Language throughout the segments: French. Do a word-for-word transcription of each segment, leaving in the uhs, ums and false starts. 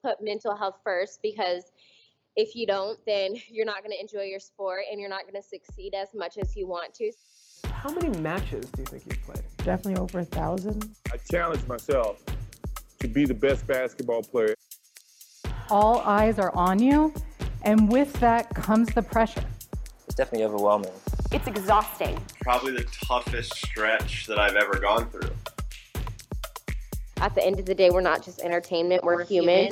put mental health first, because if you don't, then you're not going to enjoy your sport and you're not going to succeed as much as you want to. How many matches do you think you've played? Definitely over a thousand. I challenge myself to be the best basketball player. All eyes are on you, and with that comes the pressure. It's definitely overwhelming. It's exhausting. Probably the toughest stretch that I've ever gone through. At the end of the day, we're not just entertainment, we're, we're human.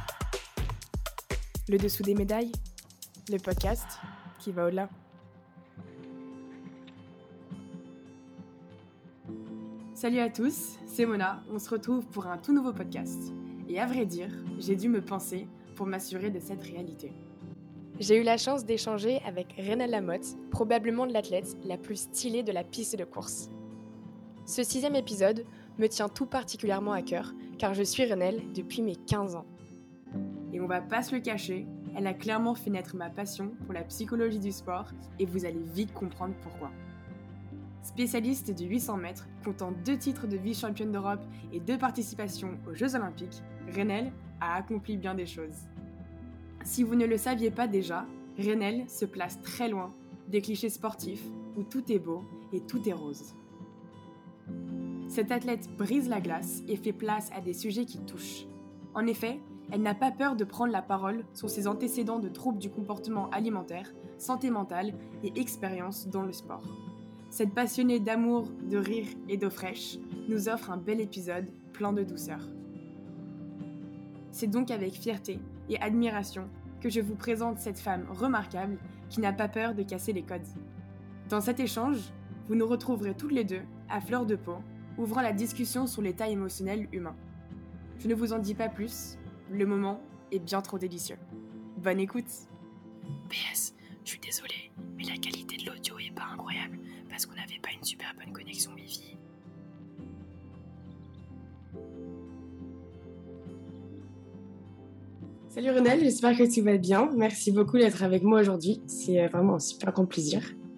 Le dessous des médailles, le podcast qui va au-delà. Salut à tous, c'est Mona, on se retrouve pour un tout nouveau podcast. Et à vrai dire, j'ai dû me penser pour m'assurer de cette réalité. J'ai eu la chance d'échanger avec Renelle Lamotte, probablement l'athlète la plus stylée de la piste de course. Ce sixième épisode me tient tout particulièrement à cœur, car je suis Renelle depuis mes quinze ans. Et on va pas se le cacher, elle a clairement fait naître ma passion pour la psychologie du sport, et vous allez vite comprendre pourquoi. Spécialiste du huit cents mètres, comptant deux titres de vice-championne d'Europe et deux participations aux Jeux Olympiques, Renelle a accompli bien des choses. Si vous ne le saviez pas déjà, Renelle se place très loin des clichés sportifs où tout est beau et tout est rose. Cette athlète brise la glace et fait place à des sujets qui touchent. En effet, elle n'a pas peur de prendre la parole sur ses antécédents de troubles du comportement alimentaire, santé mentale et expérience dans le sport. Cette passionnée d'amour, de rire et d'eau fraîche nous offre un bel épisode plein de douceur. C'est donc avec fierté et admiration que je vous présente cette femme remarquable qui n'a pas peur de casser les codes. Dans cet échange, vous nous retrouverez toutes les deux à fleur de peau, ouvrant la discussion sur l'état émotionnel humain. Je ne vous en dis pas plus, le moment est bien trop délicieux. Bonne écoute. P S, je suis désolé, mais la qualité de l'audio est pas incroyable parce qu'on n'avait pas une super bonne connexion Wi-Fi. Salut Renelle, j'espère que tu vas bien. Merci beaucoup d'être avec moi aujourd'hui. C'est vraiment un super grand plaisir.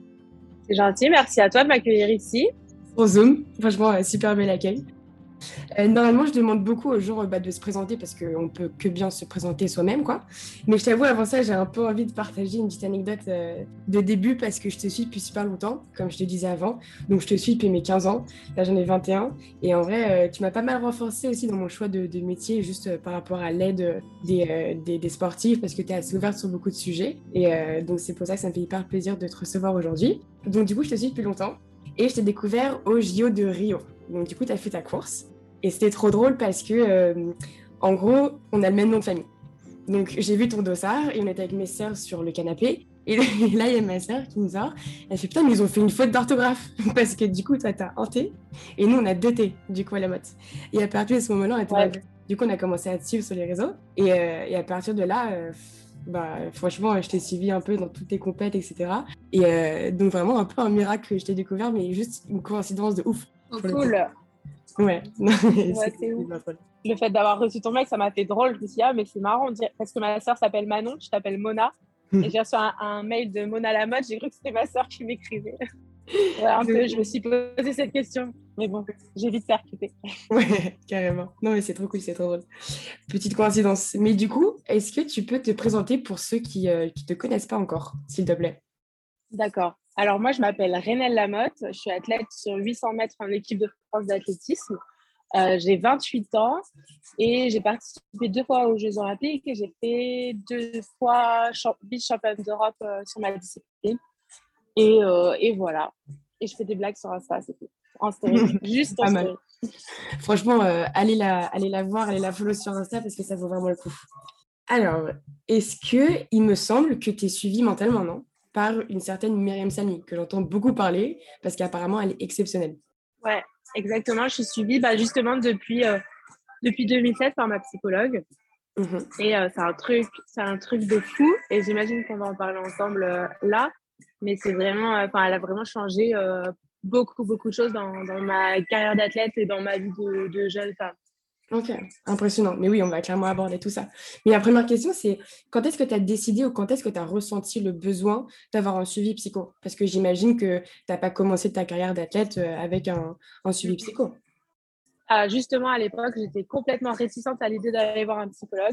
C'est gentil, merci à toi de m'accueillir ici. Sur Zoom, franchement, super bel accueil. Euh, normalement, je demande beaucoup aux gens bah, de se présenter parce qu'on peut que bien se présenter soi-même, quoi. Mais je t'avoue, avant ça, j'ai un peu envie de partager une petite anecdote euh, de début parce que je te suis depuis super longtemps, comme je te disais avant. Donc, je te suis depuis mes quinze ans. Là, j'en ai vingt et un. Et en vrai, euh, tu m'as pas mal renforcé aussi dans mon choix de, de métier, juste euh, par rapport à l'aide des, euh, des, des sportifs parce que tu es assez ouverte sur beaucoup de sujets. Et euh, donc, c'est pour ça que ça me fait hyper plaisir de te recevoir aujourd'hui. Donc, du coup, je te suis depuis longtemps. Et je t'ai découvert au J O de Rio. Donc, du coup, tu as fait ta course. Et c'était trop drôle parce que, euh, en gros, on a le même nom de famille. Donc, j'ai vu ton dossard et on était avec mes sœurs sur le canapé. Et là, il y a ma sœur qui nous sort. Elle fait « Putain, mais ils ont fait une faute d'orthographe !» Parce que du coup, toi, t'as un T et nous, on a deux T, du coup, à la motte. Et à partir de ce moment-là, on était ouais. Du coup, on a commencé à te suivre sur les réseaux. Et, euh, et à partir de là, euh, bah, franchement, je t'ai suivi un peu dans toutes tes compètes, et cetera. Et euh, donc, vraiment, un peu un miracle que je t'ai découvert, mais juste une coïncidence de ouf. Oh, cool. Ouais, ouais c'est, c'est ouf. Le fait d'avoir reçu ton mail, ça m'a fait drôle. Je me suis dit, ah, mais c'est marrant, parce que ma sœur s'appelle Manon, je t'appelle Mona. Et j'ai reçu un, un mail de Mona Lamotte, j'ai cru que c'était ma sœur qui m'écrivait. Ouais, un peu, je me suis posé cette question. Mais bon, j'ai vite percuté. Ouais, carrément. Non, mais c'est trop cool, c'est trop drôle. Petite coïncidence. Mais du coup, est-ce que tu peux te présenter pour ceux qui ne euh, te connaissent pas encore, s'il te plaît? D'accord. Alors moi, je m'appelle Renelle Lamotte, je suis athlète sur huit cents mètres en équipe de France d'athlétisme. Euh, j'ai vingt-huit ans et j'ai participé deux fois aux Jeux Olympiques et j'ai fait deux fois champ- vice-championne d'Europe euh, sur ma discipline. Et, euh, et voilà. Et je fais des blagues sur Insta, c'est tout. En story, juste en story. Franchement, euh, allez, la, allez la voir, allez la follow sur Insta parce que ça vaut vraiment le coup. Alors, est-ce que il me semble que tu es suivie mentalement, non? Par une certaine Myriam Samy, que j'entends beaucoup parler, parce qu'apparemment, elle est exceptionnelle. Ouais, exactement. Je suis suivie bah, justement depuis, euh, depuis deux mille sept par ma psychologue. Mmh. Et euh, c'est, un truc, c'est un truc de fou. Et j'imagine qu'on va en parler ensemble euh, là. Mais c'est vraiment, euh, elle a vraiment changé euh, beaucoup, beaucoup de choses dans, dans ma carrière d'athlète et dans ma vie de, de jeune femme. Ok, impressionnant. Mais oui, on va clairement aborder tout ça. Mais la première question, c'est quand est-ce que tu as décidé ou quand est-ce que tu as ressenti le besoin d'avoir un suivi psycho? Parce que j'imagine que tu n'as pas commencé ta carrière d'athlète avec un, un suivi psycho. Ah, justement, à l'époque, j'étais complètement réticente à l'idée d'aller voir un psychologue.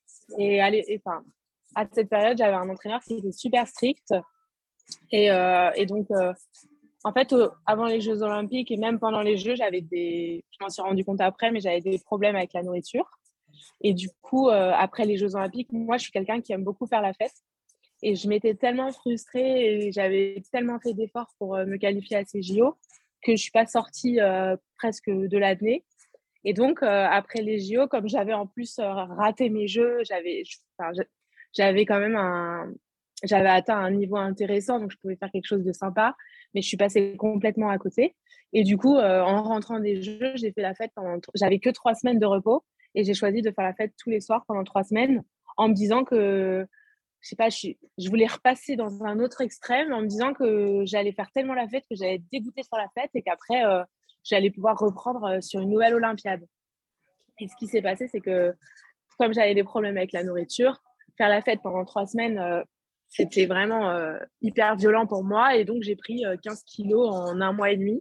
Et, allez, et enfin, à cette période, j'avais un entraîneur qui était super strict. Et, euh, et donc, euh, en fait, euh, avant les Jeux Olympiques et même pendant les Jeux, j'avais des, je m'en suis rendu compte après, mais j'avais des problèmes avec la nourriture. Et du coup, euh, après les Jeux Olympiques, moi, je suis quelqu'un qui aime beaucoup faire la fête. Et je m'étais tellement frustrée et j'avais tellement fait d'efforts pour euh, me qualifier à ces J O que je ne suis pas sortie euh, presque de l'année. Et donc, euh, après les J O, comme j'avais en plus euh, raté mes Jeux, j'avais, enfin, j'avais quand même un, j'avais atteint un niveau intéressant, donc je pouvais faire quelque chose de sympa, mais je suis passée complètement à côté. Et du coup, euh, en rentrant des Jeux, j'ai fait la fête pendant, j'avais que trois semaines de repos et j'ai choisi de faire la fête tous les soirs pendant trois semaines en me disant que, je sais pas, je, je voulais repasser dans un autre extrême en me disant que j'allais faire tellement la fête que j'allais être dégoûtée sur la fête et qu'après, euh, j'allais pouvoir reprendre sur une nouvelle Olympiade. Et ce qui s'est passé, c'est que comme j'avais des problèmes avec la nourriture, faire la fête pendant trois semaines, euh, c'était vraiment euh, hyper violent pour moi. Et donc, j'ai pris euh, quinze kilos en un mois et demi.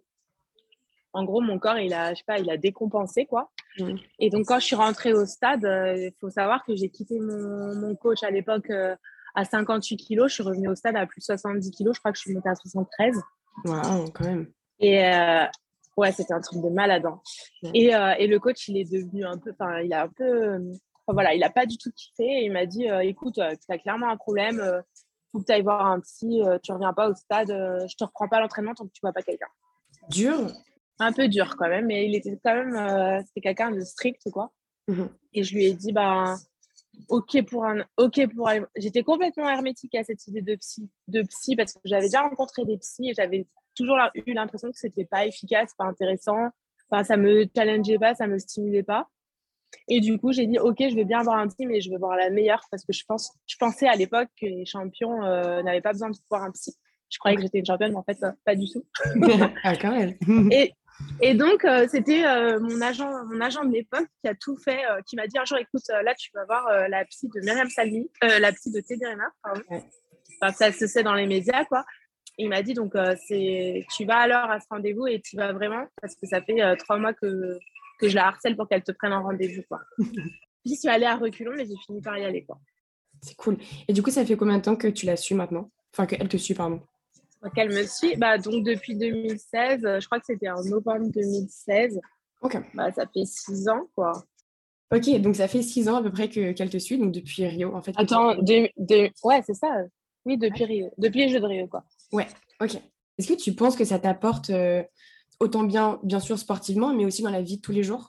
En gros, mon corps, il a, je sais pas, il a décompensé, quoi. Mmh. Et donc, quand je suis rentrée au stade, il euh, faut savoir que j'ai quitté mon, mon coach à l'époque euh, à cinquante-huit kilos. Je suis revenue au stade à plus de soixante-dix kilos. Je crois que je suis montée à soixante-treize. Waouh, quand même. Et euh, ouais, c'était un truc de malade. Hein. Ouais. Et, euh, et le coach, il est devenu un peu, enfin, il a un peu, euh, enfin, voilà, il a pas du tout kiffé. Et il m'a dit, euh, écoute, euh, tu as clairement un problème. Euh, faut que tu ailles voir un psy. Euh, tu reviens pas au stade. Euh, je te reprends pas l'entraînement tant que tu vois pas quelqu'un. Dur. Un peu dur quand même, mais il était quand même, euh, c'était quelqu'un de strict, quoi. Mm-hmm. Et je lui ai dit, bah, ok pour un, ok pour un... J'étais complètement hermétique à cette idée de psy, de psy parce que j'avais déjà rencontré des psys et j'avais toujours eu l'impression que c'était pas efficace, pas intéressant. Enfin, ça me challengeait pas, ça me stimulait pas. Et du coup, j'ai dit, ok, je vais bien avoir un psy, mais je veux voir la meilleure parce que je pense, je pensais à l'époque que les champions euh, n'avaient pas besoin de voir un psy. Je croyais que j'étais une championne, mais en fait, euh, pas du tout. Ah, quand même. et, et donc, euh, c'était euh, mon agent, mon agent de l'époque qui a tout fait, euh, qui m'a dit un jour, écoute, euh, là, tu vas voir euh, la psy de Myriam Salmi, euh, la psy de Teddy Riner, pardon. Ouais. Enfin, ça se sait dans les médias, quoi. Et il m'a dit, donc, euh, c'est, tu vas alors à ce rendez-vous et tu vas vraiment, parce que ça fait euh, trois mois que, que je la harcèle pour qu'elle te prenne en rendez-vous, quoi. J'y suis allée à reculons, mais j'ai fini par y aller, quoi. C'est cool. Et du coup, ça fait combien de temps que tu la suis maintenant? Enfin, qu'elle te suit, pardon. Qu'elle me suit, bah, donc depuis deux mille seize, je crois que c'était en novembre deux mille seize. Ok. Bah, ça fait six ans, quoi. Ok, donc ça fait six ans à peu près que, qu'elle te suit, donc depuis Rio, en fait. Attends, de, de... ouais, c'est ça. Oui, depuis ouais. Rio, depuis les Jeux de Rio, quoi. Ouais, ok. Est-ce que tu penses que ça t'apporte euh, autant bien, bien sûr sportivement, mais aussi dans la vie de tous les jours?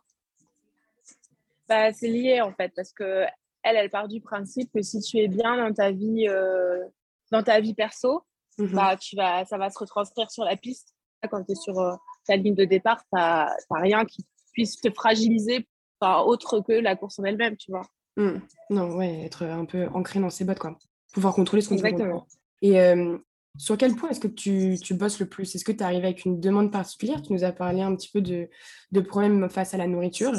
Bah, c'est lié, en fait, parce que elle, elle part du principe que si tu es bien dans ta vie, euh, dans ta vie perso, Mmh. Bah, tu vas, ça va se retranscrire sur la piste. Quand tu es sur euh, ta ligne de départ, tu n'as rien qui puisse te fragiliser enfin, autre que la course en elle-même, tu vois. Mmh. Non, ouais, être un peu ancré dans ses bottes, quoi. Pouvoir contrôler ce qu'on peut Exactement. Et euh, sur quel point est-ce que tu, tu bosses le plus? Est-ce que tu arrives avec une demande particulière? Tu nous as parlé un petit peu de, de problèmes face à la nourriture.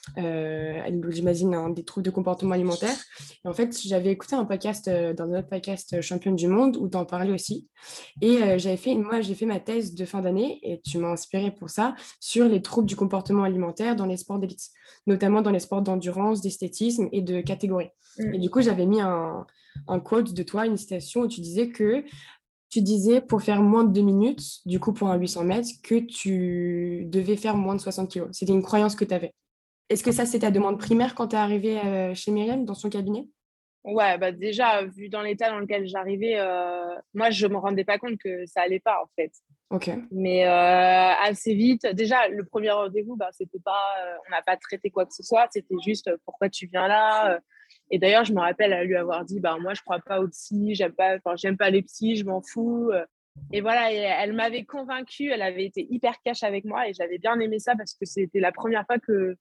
Euh, j'imagine un des troubles de comportement alimentaire. Et en fait, j'avais écouté un podcast euh, dans un autre podcast euh, Championne du Monde où tu en parlais aussi. Et euh, j'avais fait, moi, j'ai fait ma thèse de fin d'année et tu m'as inspiré pour ça sur les troubles du comportement alimentaire dans les sports d'élite, notamment dans les sports d'endurance, d'esthétisme et de catégorie. Mmh. Et du coup, j'avais mis un, un quote de toi, une citation où tu disais que tu disais pour faire moins de deux minutes, du coup pour un huit cents mètres, que tu devais faire moins de soixante kilos. C'était une croyance que tu avais. Est-ce que ça, c'est ta demande primaire quand tu es arrivée euh, chez Myriam, dans son cabinet? Ouais, bah déjà, vu dans l'état dans lequel j'arrivais, euh, moi, je ne me rendais pas compte que ça allait pas, en fait. Ok. Mais euh, assez vite, déjà, le premier rendez-vous, bah, c'était pas, euh, on n'a pas traité quoi que ce soit, c'était juste euh, pourquoi tu viens là. Et d'ailleurs, je me rappelle à lui avoir dit, bah, moi, je ne crois pas aux psy, j'aime pas, j'aime pas les psys, je m'en fous. Et voilà, et elle m'avait convaincue, elle avait été hyper cash avec moi et j'avais bien aimé ça parce que c'était la première fois que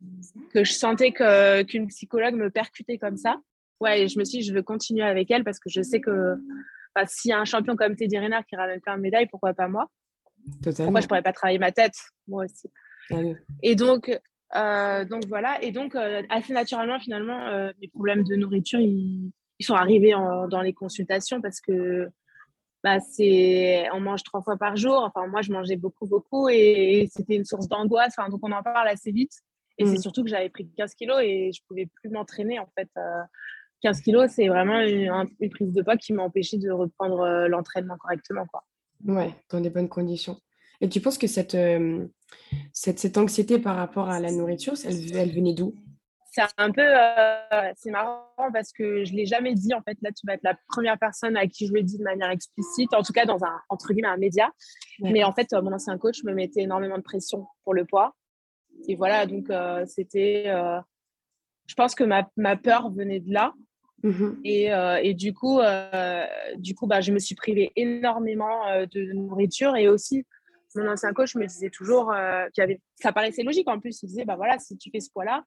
que je sentais que, qu'une psychologue me percutait comme ça. Ouais, et je me suis dit, je veux continuer avec elle parce que je sais que bah, s'il y a un champion comme Teddy Riner qui ramène plein de médailles, pourquoi pas moi? Totalement. Pourquoi je ne pourrais pas travailler ma tête? Moi aussi. Allez. Et donc, euh, donc voilà. Et donc, euh, assez naturellement, finalement, euh, mes problèmes de nourriture, ils, ils sont arrivés en, dans les consultations parce que bah, c'est, on mange trois fois par jour. Enfin, moi, je mangeais beaucoup, beaucoup et, et c'était une source d'angoisse. Enfin, donc, on en parle assez vite. Et Mm. c'est surtout que j'avais pris quinze kilos et je pouvais plus m'entraîner, en fait. Euh, quinze kilos, c'est vraiment une, un- une prise de poids qui m'a empêché de reprendre euh, l'entraînement correctement, quoi. Ouais, dans des bonnes conditions. Et tu penses que cette, euh, cette, cette anxiété par rapport à la nourriture, elle, elle venait d'où? C'est un peu, euh, c'est marrant parce que je l'ai jamais dit. En fait, là, tu vas être la première personne à qui je le dis de manière explicite, en tout cas dans un, entre guillemets, un média. Mais D'accord. en fait, euh, mon ancien coach me mettait énormément de pression pour le poids. Et voilà, donc euh, c'était, euh, je pense que ma, ma peur venait de là. Mhm. Et, euh, et du coup, euh, du coup bah, je me suis privée énormément euh, de nourriture. Et aussi, mon ancien coach me disait toujours euh, qu'il y avait, ça paraissait logique en plus. Il disait, bah voilà, si tu fais ce poids-là,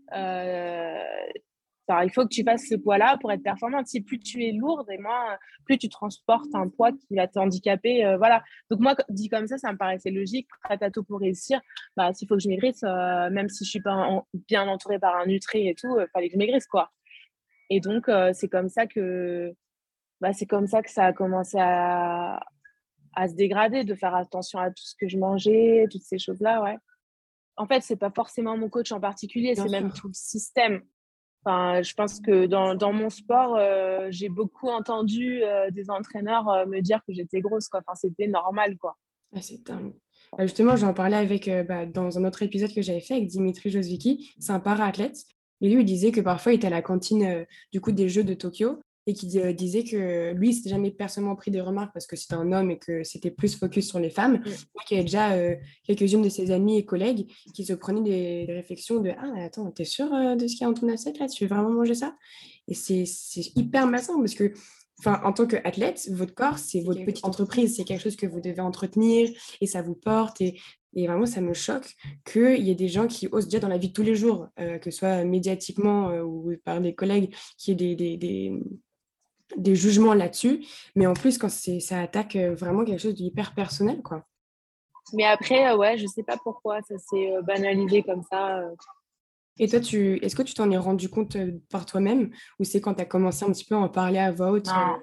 euh, enfin, il faut que tu fasses ce poids-là pour être performante. Si plus tu es lourde et moins, plus tu transportes un poids qui va t'handicaper. Euh, voilà. Donc moi, dit comme ça, ça me paraissait logique. Prête à tout pour réussir. Bah, s'il faut que je maigrisse, euh, même si je suis pas en- bien entourée par un nutri et tout, il fallait que je maigrisse, quoi. Et donc, euh, c'est comme ça que, bah, c'est comme ça que ça a commencé à, à se dégrader, de faire attention à tout ce que je mangeais, toutes ces choses-là, ouais. En fait, c'est pas forcément mon coach en particulier, Bien c'est même sûr. tout le système. Enfin, je pense que dans, dans mon sport, euh, j'ai beaucoup entendu euh, des entraîneurs euh, me dire que j'étais grosse, quoi. Enfin, c'était normal, quoi. Ah, c'est dingue. Bah, justement, j'en parlais avec, euh, bah, dans un autre épisode que j'avais fait avec Dimitri Josvicki, c'est un para-athlète. Et lui, il disait que parfois, il était à la cantine euh, du coup, des Jeux de Tokyo et qui euh, disait que lui, il s'était jamais personnellement pris des remarques parce que c'était un homme et que c'était plus focus sur les femmes. Mm. Mais qu'il y avait déjà euh, quelques-unes de ses amis et collègues qui se prenaient des, des réflexions de «Ah, mais attends, t'es sûr euh, de ce qu'il y a dans ton assiette là? Tu veux vraiment manger ça?» Et c'est c'est hyper malsain parce que enfin, en tant qu'athlète, votre corps, c'est votre petite entreprise, c'est quelque chose que vous devez entretenir et ça vous porte. Et, et vraiment, ça me choque qu'il y ait des gens qui osent déjà dans la vie de tous les jours, euh, que ce soit médiatiquement euh, ou par des collègues, qui aient des, des, des, des jugements là-dessus. Mais en plus, quand c'est, ça attaque euh, vraiment quelque chose d'hyper personnel, quoi. Mais après, euh, ouais, je sais pas pourquoi ça s'est euh, banalisé comme ça. euh. Et toi, tu, est-ce que tu t'en es rendu compte euh, par toi-même ou c'est quand tu as commencé un petit peu à en parler à voix haute? Non.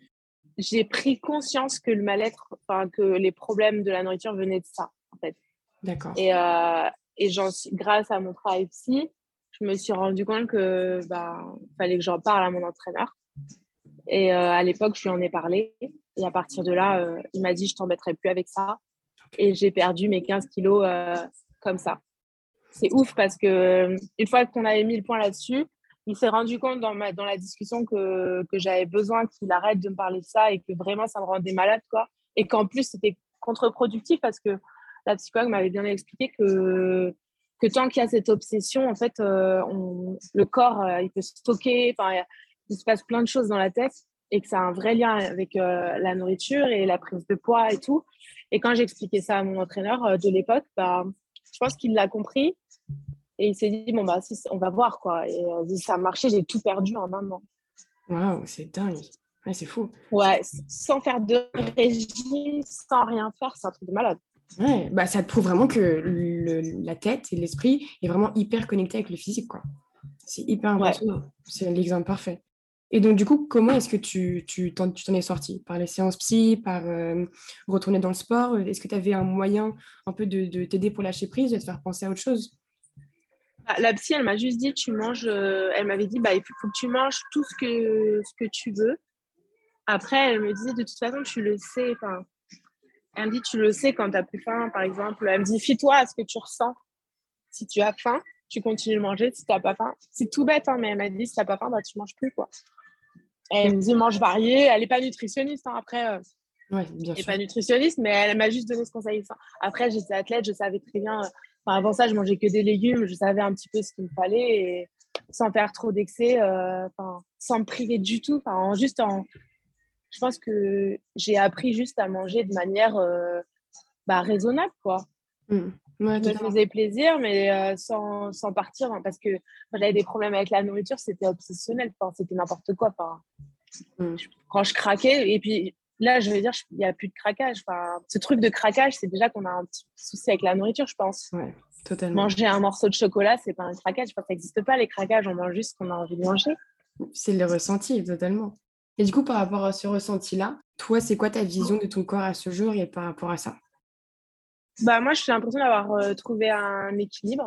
J'ai pris conscience que le mal-être, enfin, que les problèmes de la nourriture venaient de ça, en fait. D'accord. Et, euh, et j'en suis, grâce à mon travail psy, je me suis rendu compte que bah, fallait que j'en parle à mon entraîneur. Et euh, à l'époque, je lui en ai parlé. Et à partir de là, euh, il m'a dit, je t'embêterai plus avec ça. Et j'ai perdu mes quinze kilos euh, comme ça. C'est ouf parce que une fois qu'on avait mis le point là-dessus, il s'est rendu compte dans, ma, dans la discussion que, que j'avais besoin qu'il arrête de me parler de ça et que vraiment ça me rendait malade, quoi. Et qu'en plus, c'était contre-productif parce que la psychologue m'avait bien expliqué que, que tant qu'il y a cette obsession, en fait, euh, on, le corps, euh, il peut stocker, enfin, il se passe plein de choses dans la tête et que ça a un vrai lien avec euh, la nourriture et la prise de poids et tout. Et quand j'expliquais ça à mon entraîneur euh, de l'époque, bah, je pense qu'il l'a compris. Et il s'est dit, bon, bah, si, on va voir, quoi. Et euh, si ça a marché, j'ai tout perdu en un an. Waouh, c'est dingue. Ouais, c'est fou. Ouais, sans faire de régime, sans rien faire, c'est un truc de malade. Ouais, bah, ça te prouve vraiment que le, la tête et l'esprit est vraiment hyper connecté avec le physique, quoi. C'est hyper impressionnant. Ouais. C'est l'exemple parfait. Et donc, du coup, comment est-ce que tu, tu, t'en, tu t'en es sorti? Par les séances psy, par euh, retourner dans le sport? Est-ce que tu avais un moyen un peu de, de t'aider pour lâcher prise, de te faire penser à autre chose? La psy, elle m'a juste dit, tu manges, euh, elle m'avait dit, bah, il faut, faut que tu manges tout ce que, ce que tu veux. Après, elle me disait, de toute façon, tu le sais. Enfin, elle me dit, tu le sais quand tu n'as plus faim, par exemple. Elle me dit, fie-toi à ce que tu ressens. Si tu as faim, tu continues de manger. Si tu n'as pas faim, c'est tout bête, hein, mais elle m'a dit, si tu n'as pas faim, bah, tu ne manges plus, quoi. Et elle me dit, mange varié. Elle n'est pas nutritionniste, hein, après. Euh, ouais, bien elle n'est sûr. pas nutritionniste, mais elle m'a juste donné ce conseil. Après, j'étais athlète, je savais très bien... Euh, Enfin, avant ça, je mangeais que des légumes, je savais un petit peu ce qu'il me fallait et sans faire trop d'excès, euh, sans me priver du tout. En, juste en, je pense que j'ai appris juste à manger de manière euh, bah, raisonnable, quoi. Mmh. Ouais, je me faisais plaisir, mais euh, sans, sans partir, hein, parce que quand j'avais des problèmes avec la nourriture, c'était obsessionnel, c'était n'importe quoi. Mmh. Je, quand je craquais, et puis là, je veux dire, il n'y a plus de craquage. Enfin, ce truc de craquage, c'est déjà qu'on a un petit souci avec la nourriture, je pense. Ouais, totalement. Manger un morceau de chocolat, c'est pas un craquage. Enfin, ça n'existe pas, les craquages. On mange juste ce qu'on a envie de manger. C'est le ressenti, totalement. Et du coup, par rapport à ce ressenti-là, toi, c'est quoi ta vision de ton corps à ce jour et par rapport à ça? Bah, moi, j'ai l'impression d'avoir euh, trouvé un équilibre.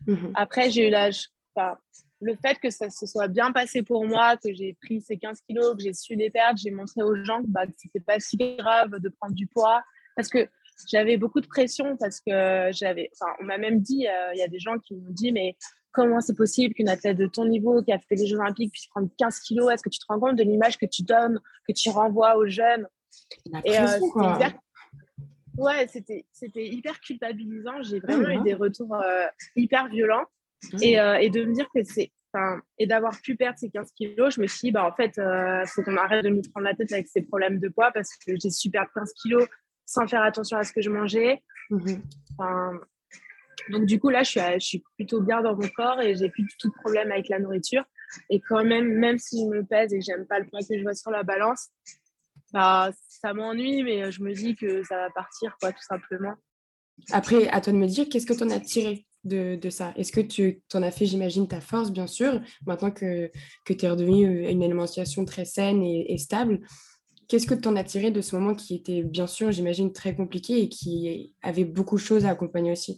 Mmh. Après, j'ai eu la... Enfin, le fait que ça se soit bien passé pour moi, que j'ai pris ces quinze kilos, que j'ai su les perdre, j'ai montré aux gens que, bah, que c'était pas si grave de prendre du poids. Parce que j'avais beaucoup de pression, parce que j'avais... Enfin, on m'a même dit, il euh, y a des gens qui m'ont dit, mais comment c'est possible qu'une athlète de ton niveau, qui a fait les Jeux Olympiques, puisse prendre quinze kilos? Est-ce que tu te rends compte de l'image que tu donnes, que tu renvoies aux jeunes? La Et pression, euh, c'était quoi. hyper... Ouais, c'était, c'était hyper culpabilisant. J'ai vraiment Mmh. eu des retours euh, hyper violents. Mmh. Et, euh, et de me dire que c'est... Enfin, et d'avoir pu perdre ces quinze kilos, je me suis dit, bah, en fait, il euh, faut qu'on arrête de nous prendre la tête avec ces problèmes de poids, parce que j'ai su perdre quinze kilos sans faire attention à ce que je mangeais. Mmh. Enfin, donc, du coup, là, je suis, à, je suis plutôt bien dans mon corps et j'ai plus du tout de problème avec la nourriture. Et quand même, même si je me pèse et que j'aime pas le poids que je vois sur la balance, bah, ça m'ennuie, mais je me dis que ça va partir, quoi, tout simplement. Après, à toi de me dire, qu'est-ce que tu en as tiré de, de ça? Est-ce que tu en as fait, j'imagine, ta force, bien sûr, maintenant que, que tu es redevenue une alimentation très saine et, et stable? Qu'est-ce que tu en as tiré de ce moment qui était, bien sûr, j'imagine, très compliqué et qui avait beaucoup de choses à accompagner aussi?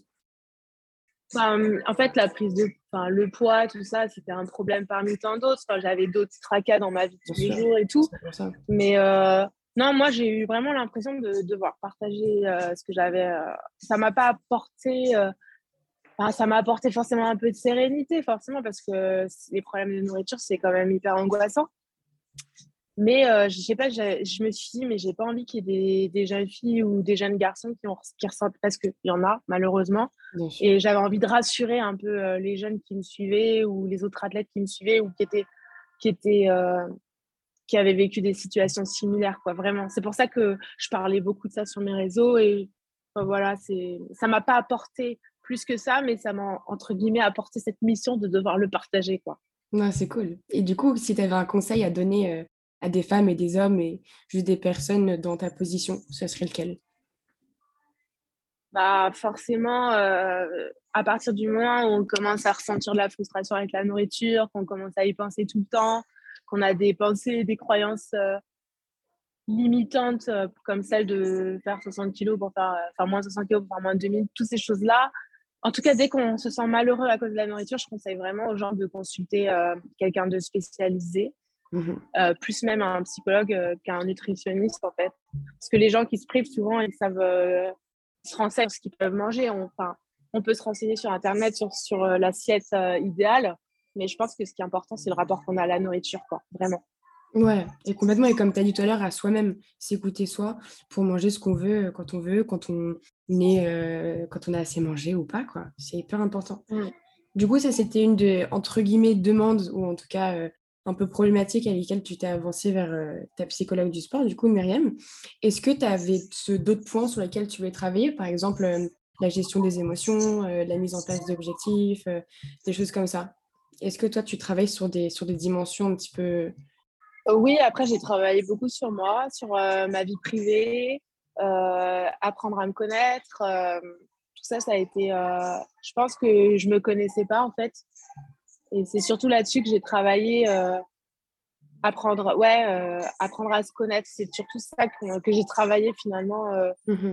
Enfin, en fait, la prise de, enfin, le poids, tout ça, c'était un problème parmi tant d'autres. Enfin, j'avais d'autres tracas dans ma vie tous les jours et tout. Mais euh, non, moi, j'ai eu vraiment l'impression de devoir partager euh, ce que j'avais. Euh, ça m'a pas apporté. Euh, enfin, ça m'a apporté forcément un peu de sérénité, forcément, parce que les problèmes de nourriture, c'est quand même hyper angoissant. Mais euh, je sais pas, je, je me suis dit, mais j'ai pas envie qu'il y ait des, des jeunes filles ou des jeunes garçons qui, ont, qui ressentent, parce qu'il y en a, malheureusement. Et j'avais envie de rassurer un peu euh, les jeunes qui me suivaient ou les autres athlètes qui me suivaient ou qui étaient, qui étaient, euh, qui avaient vécu des situations similaires, quoi, vraiment. C'est pour ça que je parlais beaucoup de ça sur mes réseaux et enfin, voilà, c'est, ça m'a pas apporté plus que ça, mais ça m'a, entre guillemets, apporté cette mission de devoir le partager, quoi. Non, c'est cool. Et du coup, si tu avais un conseil à donner euh, à des femmes et des hommes et juste des personnes dans ta position, ce serait lequel? Bah, forcément, euh, à partir du moment où on commence à ressentir de la frustration avec la nourriture, qu'on commence à y penser tout le temps, qu'on a des pensées, des croyances euh, limitantes euh, comme celle de faire soixante kilos pour faire, euh, faire moins soixante kilos pour faire moins deux mille, toutes ces choses-là. En tout cas, dès qu'on se sent malheureux à cause de la nourriture, je conseille vraiment aux gens de consulter euh, quelqu'un de spécialisé, mmh. euh, plus même un psychologue euh, qu'un nutritionniste, en fait. Parce que les gens qui se privent, souvent, ils savent... Euh, se renseignent sur ce qu'ils peuvent manger. On, enfin, on peut se renseigner sur Internet sur, sur euh, l'assiette euh, idéale, mais je pense que ce qui est important, c'est le rapport qu'on a à la nourriture, quoi, vraiment. Ouais, et complètement. Et comme tu as dit tout à l'heure, à soi-même, s'écouter soi pour manger ce qu'on veut, quand on veut, quand on, est, euh, quand on a assez mangé ou pas, quoi. C'est hyper important. Mm. Du coup, ça, c'était une de, entre guillemets, demandes, ou en tout cas... Euh, un peu problématique avec lesquelles tu t'es avancée vers euh, ta psychologue du sport, du coup, Myriam. Est-ce que tu avais ce, d'autres points sur lesquels tu voulais travailler, par exemple euh, la gestion des émotions, euh, la mise en place d'objectifs, euh, des choses comme ça? Est-ce que toi, tu travailles sur des, sur des dimensions un petit peu... Oui, après, j'ai travaillé beaucoup sur moi, sur euh, ma vie privée, euh, apprendre à me connaître. Euh, tout ça, ça a été... Euh, je pense que je ne me connaissais pas, en fait. Et c'est surtout là-dessus que j'ai travaillé, euh, apprendre, ouais, euh, apprendre à se connaître. C'est surtout ça que, que j'ai travaillé finalement. Euh, mmh.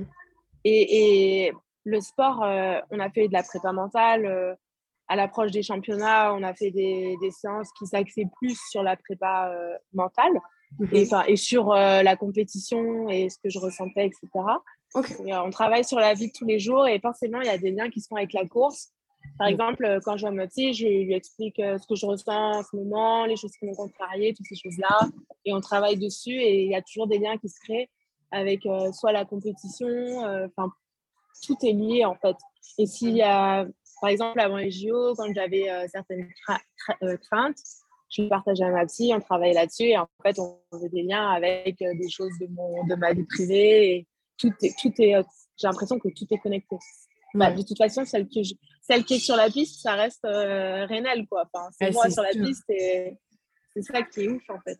et, et le sport, euh, on a fait de la prépa mentale. Euh, à l'approche des championnats, on a fait des, des séances qui s'axaient plus sur la prépa euh, mentale mmh. et, et sur euh, la compétition et ce que je ressentais, et cetera. Okay. Et, euh, on travaille sur la vie de tous les jours et forcément, il y a des liens qui se font avec la course. Par exemple, quand je vois ma petite, je lui explique ce que je ressens en ce moment, les choses qui m'ont contrarié, toutes ces choses-là. Et on travaille dessus et il y a toujours des liens qui se créent avec euh, soit la compétition, enfin, euh, tout est lié en fait. Et s'il y a, par exemple, avant les J O, quand j'avais euh, certaines cra- cra- euh, craintes, je les partageais à ma psy, on travaillait là-dessus et en fait, on faisait des liens avec euh, des choses de, mon, de ma vie privée. Et tout est, tout est, euh, j'ai l'impression que tout est connecté. Bah, de toute façon, celle, que je, celle qui est sur la piste, ça reste euh, Renel, quoi. Enfin, c'est ah, moi c'est sur sûr. La piste et c'est ça qui est ouf, en fait.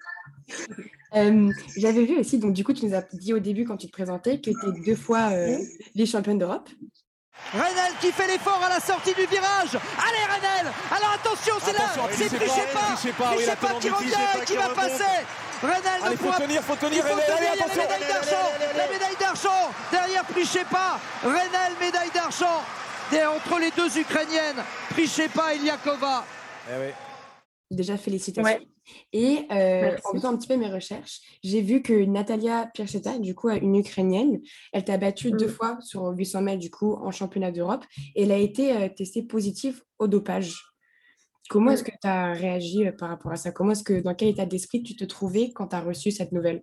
Euh, j'avais vu aussi, donc du coup, tu nous as dit au début, quand tu te présentais, que tu es deux fois euh, mmh. les championnes d'Europe. Renel qui fait l'effort à la sortie du virage. Allez, Renel. Alors attention, c'est attention, là, c'est Trichet pas. Trichet pas, oui, pas qui revient, qui va passer. Renel Allez, faut tenir, faut tenir, il faut Renel, tenir, allez, attention. La médaille d'argent, la médaille d'argent. Derrière Trichet pas. Renel, médaille d'argent. des- entre les deux Ukrainiennes, Prichepa et Liakova. Eh oui. Déjà, félicitations. Ouais. Et euh, Merci. en faisant un petit peu mes recherches, j'ai vu que Natalia Piercheta, du coup, une Ukrainienne, elle t'a battue Mm. deux fois sur huit cents mètres, du coup, en championnat d'Europe. Et elle a été euh, testée positive au dopage. Comment Mm. est-ce que tu as réagi euh, par rapport à ça? Comment est-ce que, dans quel état d'esprit tu te trouvais quand tu as reçu cette nouvelle?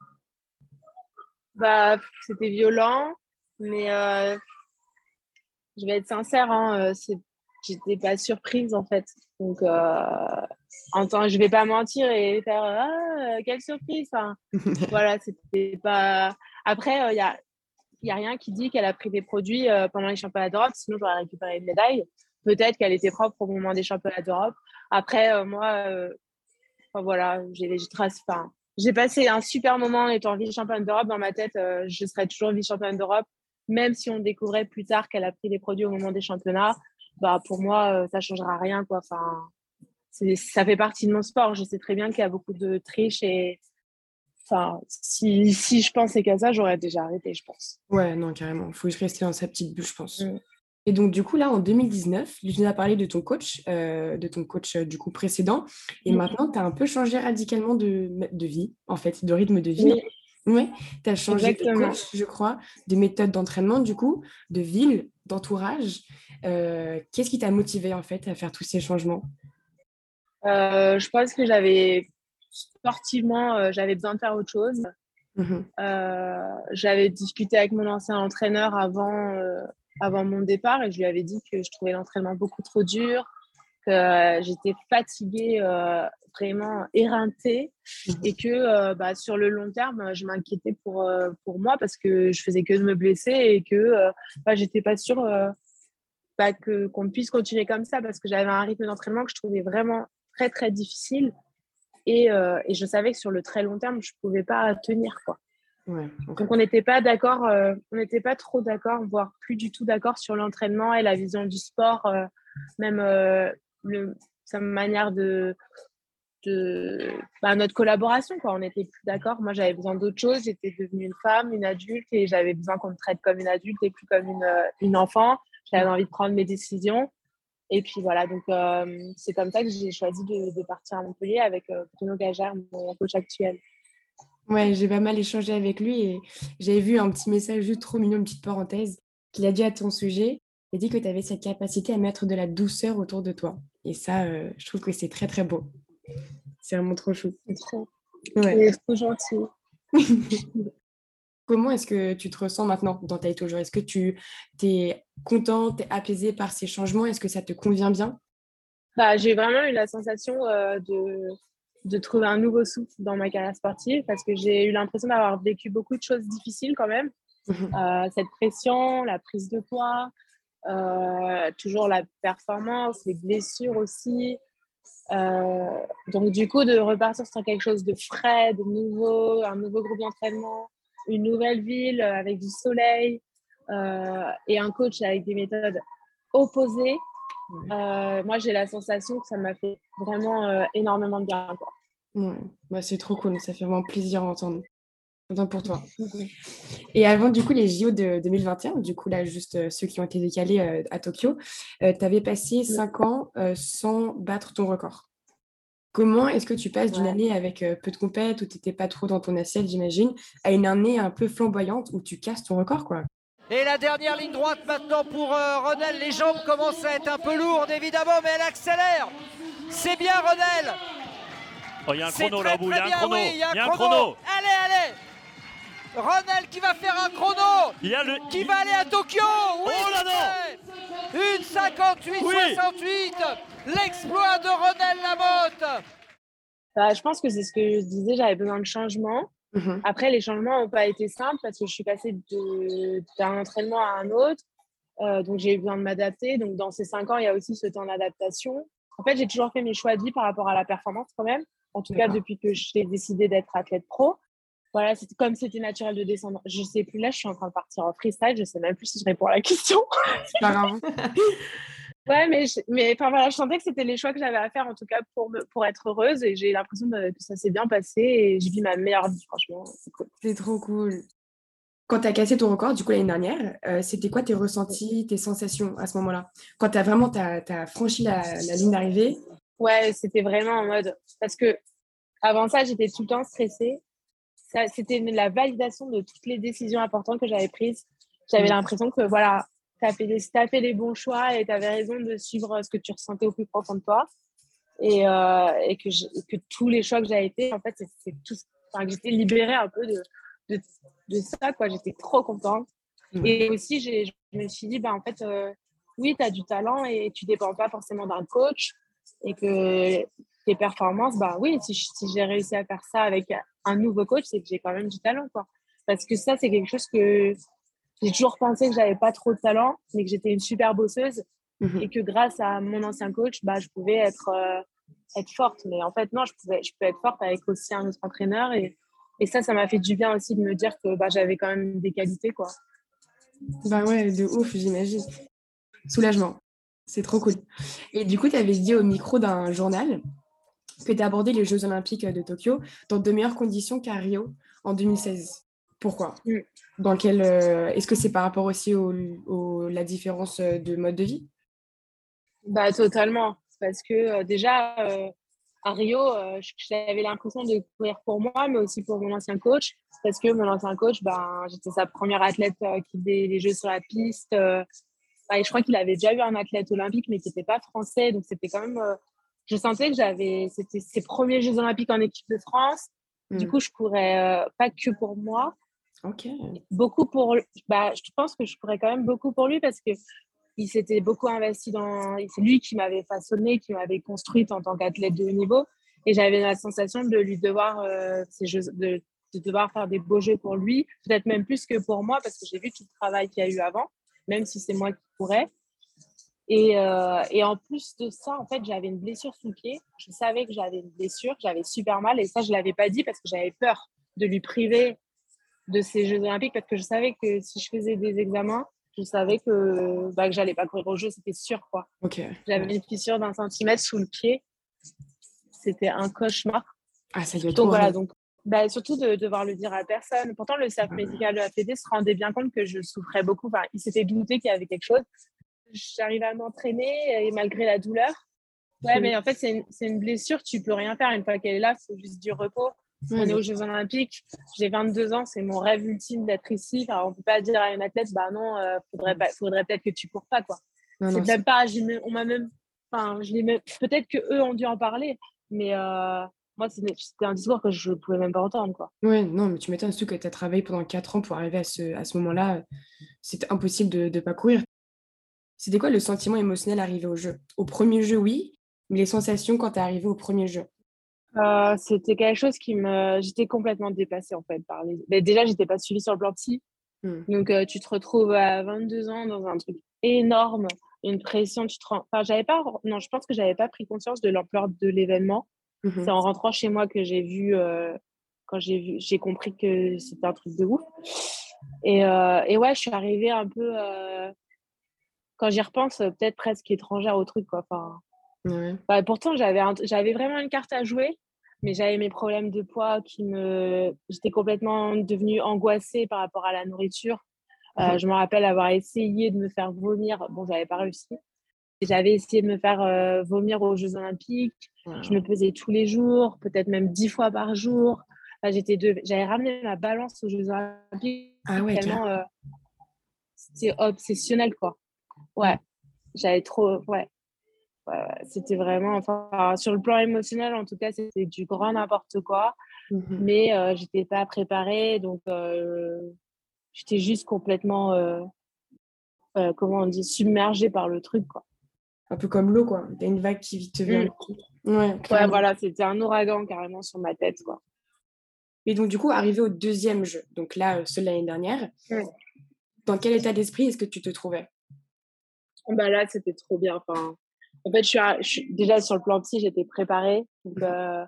Bah, pff, c'était violent, mais euh, je vais être sincère, hein, euh, c'est... j'étais pas surprise en fait. Donc, euh, en temps, je vais pas mentir et faire ah, quelle surprise. Enfin, voilà, c'était pas. Après, il y a, y a rien qui dit qu'elle a pris des produits euh, pendant les championnats d'Europe, sinon j'aurais récupéré une médaille. Peut-être qu'elle était propre au moment des championnats d'Europe. Après, euh, moi, euh, enfin, voilà, j'ai, j'ai, trace, enfin, j'ai passé un super moment étant vice-championne d'Europe. Dans ma tête, euh, je serais toujours vice-championne d'Europe, même si on découvrait plus tard qu'elle a pris des produits au moment des championnats. Bah, pour moi, euh, ça ne changera rien, quoi. Enfin, c'est, ça fait partie de mon sport. Je sais très bien qu'il y a beaucoup de triche et enfin, si, si je pensais qu'à ça, j'aurais déjà arrêté, je pense. Ouais, non, carrément. Il faut rester dans sa petite bulle, je pense. Mm. Et donc, du coup, là, en deux mille dix-neuf, tu nous as parlé de ton coach, euh, de ton coach, euh, du coup, précédent. Et Mm. maintenant, tu as un peu changé radicalement de, de vie, en fait, de rythme de vie. Oui. Ouais, tu as changé Exactement. de coach, je crois, de méthode d'entraînement, du coup, de ville, d'entourage. Euh, qu'est-ce qui t'a motivé, en fait, à faire tous ces changements? Euh, je pense que j'avais, sportivement, euh, j'avais besoin de faire autre chose. Mhm. Euh, j'avais discuté avec mon ancien entraîneur avant, euh, avant mon départ et je lui avais dit que je trouvais l'entraînement beaucoup trop dur, que euh, j'étais fatiguée, euh, vraiment éreintée Mhm. et que euh, bah, sur le long terme, je m'inquiétais pour, euh, pour moi parce que je faisais que de me blesser et que euh, bah, j'étais pas sûre euh, bah, que, qu'on puisse continuer comme ça parce que j'avais un rythme d'entraînement que je trouvais vraiment très, très difficile. Et, euh, et je savais que sur le très long terme, je ne pouvais pas tenir, quoi. Ouais, ok. Donc, on n'était pas d'accord, euh, on n'était pas trop d'accord, voire plus du tout d'accord sur l'entraînement et la vision du sport, euh, même euh, le, sa manière de, de bah, notre collaboration, quoi. On n'était plus d'accord. Moi, j'avais besoin d'autre chose. J'étais devenue une femme, une adulte, et j'avais besoin qu'on me traite comme une adulte et plus comme une, euh, une enfant. J'avais envie de prendre mes décisions. Et puis voilà, donc euh, c'est comme ça que j'ai choisi de, de partir à Montpellier avec euh, Bruno Gagère, mon coach actuel. Ouais, j'ai pas mal échangé avec lui et j'avais vu un petit message juste trop mignon, une petite parenthèse, qu'il a dit à ton sujet. Il a dit que tu avais cette capacité à mettre de la douceur autour de toi. Et ça, euh, je trouve que c'est très, très beau. C'est vraiment trop chou. C'est trop, Ouais. c'est trop gentil. Comment est-ce que tu te ressens maintenant dans ta vie aujourd'hui? Est-ce que tu es contente, es apaisée par ces changements? Est-ce que ça te convient bien? Bah, j'ai vraiment eu la sensation euh, de, de trouver un nouveau souffle dans ma carrière sportive parce que j'ai eu l'impression d'avoir vécu beaucoup de choses difficiles quand même. Mhm. Euh, cette pression, la prise de poids, euh, toujours la performance, les blessures aussi. Euh, donc du coup, de repartir sur quelque chose de frais, de nouveau, un nouveau groupe d'entraînement, une nouvelle ville avec du soleil euh, et un coach avec des méthodes opposées. Euh, moi, j'ai la sensation que ça m'a fait vraiment euh, énormément de bien, quoi. Ouais. Bah, c'est trop cool, ça fait vraiment plaisir à entendre. Content pour toi. Et avant, du coup, les J O de deux mille vingt et un, du coup, là, juste euh, ceux qui ont été décalés euh, à Tokyo, euh, tu avais passé cinq ans euh, sans battre ton record. Comment est-ce que tu passes d'une Ouais. année avec euh, peu de compètes, où tu n'étais pas trop dans ton assiette, j'imagine, à une année un peu flamboyante où tu casses ton record, quoi? Et la dernière ligne droite maintenant pour euh, Renelle. Les jambes commencent à être un peu lourdes, évidemment, mais elle accélère. C'est bien, Renelle. Oh, il y a un C'est chrono là très, au bout, il y très a un bien, chrono. oui, il y a un Il y a un chrono. chrono. Allez, allez. Renelle qui va faire un chrono. Il y a le... Qui va aller à Tokyo. Oui, Oh là non. Une cinquante-huit Oui. soixante-huit. L'exploit de Renelle Lamotte. Bah, je pense que c'est ce que je disais, j'avais besoin de changement. Mhm. Après, les changements n'ont pas été simples parce que je suis passée de, d'un entraînement à un autre. Euh, donc, j'ai eu besoin de m'adapter. Donc, dans ces cinq ans, il y a aussi ce temps d'adaptation. En fait, j'ai toujours fait mes choix de vie par rapport à la performance quand même. En tout cas, D'accord. depuis que j'ai décidé d'être athlète pro. Voilà, c'était comme c'était naturel de descendre. Je sais plus, là, je suis en train de partir en freestyle. Je sais même plus si je réponds à la question. C'est pas grave. Ouais, mais, je, mais enfin, voilà, je sentais que c'était les choix que j'avais à faire, en tout cas, pour, me, pour être heureuse. Et j'ai l'impression de, que ça s'est bien passé. Et je vis ma meilleure vie, franchement. C'est cool. C'est trop cool. Quand tu as cassé ton record, du coup, l'année dernière, euh, c'était quoi tes ressentis, tes sensations à ce moment-là? Quand tu as vraiment t'as, t'as franchi la, la ligne d'arrivée? Ouais, c'était vraiment en mode... Parce que avant ça, j'étais tout le temps stressée. Ça, c'était la validation de toutes les décisions importantes que j'avais prises. J'avais mmh. l'impression que, voilà, tu as fait, fait les bons choix et tu avais raison de suivre ce que tu ressentais au plus profond de toi. Et, euh, et que, je, que tous les choix que j'avais fait, en fait, c'est, c'est tout... Enfin, que j'étais libérée un peu de, de, de ça, quoi. J'étais trop contente. Mmh. Et aussi, j'ai, je me suis dit, bah, en fait, euh, oui, tu as du talent et tu ne dépends pas forcément d'un coach. Et que tes performances, bah oui, si, si j'ai réussi à faire ça avec un nouveau coach, c'est que j'ai quand même du talent, quoi. Parce que ça, c'est quelque chose que j'ai toujours pensé que j'avais pas trop de talent, mais que j'étais une super bosseuse mmh. et que grâce à mon ancien coach, bah, je pouvais être, euh, être forte. Mais en fait, non, je, pouvais, je peux être forte avec aussi un autre entraîneur. Et, et ça, ça m'a fait du bien aussi de me dire que bah, j'avais quand même des qualités, quoi. Bah ouais, de ouf, j'imagine. Soulagement. C'est trop cool. Et du coup, tu avais dit au micro d'un journal que tu as abordé les Jeux Olympiques de Tokyo dans de meilleures conditions qu'à Rio en deux mille seize. Pourquoi? mmh. Dans quel, euh, Est-ce que c'est par rapport aussi au, au, la différence de mode de vie? Bah, totalement. Parce que euh, déjà, euh, à Rio, euh, j'avais l'impression de courir pour moi, mais aussi pour mon ancien coach. Parce que mon ancien coach, ben, j'étais sa première athlète euh, qui faisait les Jeux sur la piste. Euh, Et je crois qu'il avait déjà eu un athlète olympique, mais qui n'était pas français. Donc, c'était quand même... Euh, je sentais que j'avais... C'était ses premiers Jeux olympiques en équipe de France. Mm. Du coup, je courais euh, pas que pour moi. Ok. Beaucoup pour... Bah, je pense que je courais quand même beaucoup pour lui parce qu'il s'était beaucoup investi dans... C'est lui qui m'avait façonnée, qui m'avait construite en tant qu'athlète de haut niveau. Et j'avais la sensation de lui devoir... Euh, ces jeux, de, de devoir faire des beaux jeux pour lui. Peut-être même plus que pour moi parce que j'ai vu tout le travail qu'il y a eu avant. Même si c'est moi qui courais. Et, euh, et en plus de ça, en fait, j'avais une blessure sous le pied. Je savais que j'avais une blessure, j'avais super mal. Et ça, je ne l'avais pas dit parce que j'avais peur de lui priver de ces Jeux Olympiques parce que je savais que si je faisais des examens, je savais que, bah, que je n'allais pas courir aux Jeux, c'était sûr, quoi. Okay. J'avais une fissure d'un centimètre sous le pied. C'était un cauchemar. Ah, ça y est. Donc, voilà, donc, bah, surtout de devoir le dire à personne. Pourtant, le staff médical de la Fédé se rendait bien compte que je souffrais beaucoup. Enfin, il s'était douté qu'il y avait quelque chose. J'arrivais à m'entraîner et malgré la douleur. Ouais, mais en fait, c'est une, c'est une blessure. Tu peux rien faire. Une fois qu'elle est là, il faut juste du repos. Mmh. On est aux Jeux Olympiques. J'ai vingt-deux ans. C'est mon rêve ultime d'être ici. Enfin, on ne peut pas dire à une athlète, bah non, il euh, faudrait, faudrait peut-être que tu ne cours pas, quoi. Non, c'est non, même c'est... pas. On m'a même. Enfin, je l'ai même. Peut-être qu'eux ont dû en parler, mais. Euh... Moi, c'était un discours que je ne pouvais même pas entendre, quoi. Oui, non, mais tu m'étonnes, surtout que tu as travaillé pendant quatre ans pour arriver à ce, à ce moment-là. C'était impossible de ne pas courir. C'était quoi le sentiment émotionnel arrivé au jeu? Au premier jeu, oui, mais les sensations quand tu es arrivé au premier jeu? euh, C'était quelque chose qui me... J'étais complètement dépassée, en fait. Par les... Mais déjà, je n'étais pas suivie sur le plan psy. Hmm. Donc, euh, tu te retrouves à vingt-deux ans dans un truc énorme, une pression. Tu te rends... enfin, j'avais pas... Non, je pense que je n'avais pas pris conscience de l'ampleur de l'événement. Mmh. C'est en rentrant chez moi que j'ai vu, euh, quand j'ai vu, j'ai compris que c'était un truc de ouf. Et, euh, et ouais, je suis arrivée un peu, euh, quand j'y repense, peut-être presque étrangère au truc, quoi. Enfin, ouais. Bah, pourtant, j'avais, un, j'avais vraiment une carte à jouer, mais j'avais mes problèmes de poids qui me... J'étais complètement devenue angoissée par rapport à la nourriture. Euh, mmh. Je me rappelle avoir essayé de me faire vomir. Bon, j'avais pas réussi. J'avais essayé de me faire euh, vomir aux Jeux Olympiques. Wow. Je me pesais tous les jours, peut-être même dix fois par jour. Enfin, j'étais de... J'avais ramené ma balance aux Jeux Olympiques. Ah ouais, tellement euh, c'était obsessionnel, quoi. Ouais, j'avais trop... Ouais. Ouais, ouais. C'était vraiment... Enfin, sur le plan émotionnel, en tout cas, c'était du grand n'importe quoi. Mm-hmm. Mais euh, je n'étais pas préparée. Donc, euh, j'étais juste complètement... Euh, euh, comment on dit, submergée par le truc, quoi. Un peu comme l'eau, quoi. T'as une vague qui te vient. Mmh. Ouais, ouais, voilà, c'était un ouragan carrément sur ma tête, quoi. Et donc, du coup, arrivé au deuxième jeu, donc là, celui de l'année dernière, mmh. dans quel état d'esprit est-ce que tu te trouvais? Bah là, c'était trop bien. Enfin, en fait, je suis, à, je suis déjà sur le plan psy, j'étais préparée. Donc, mmh. euh,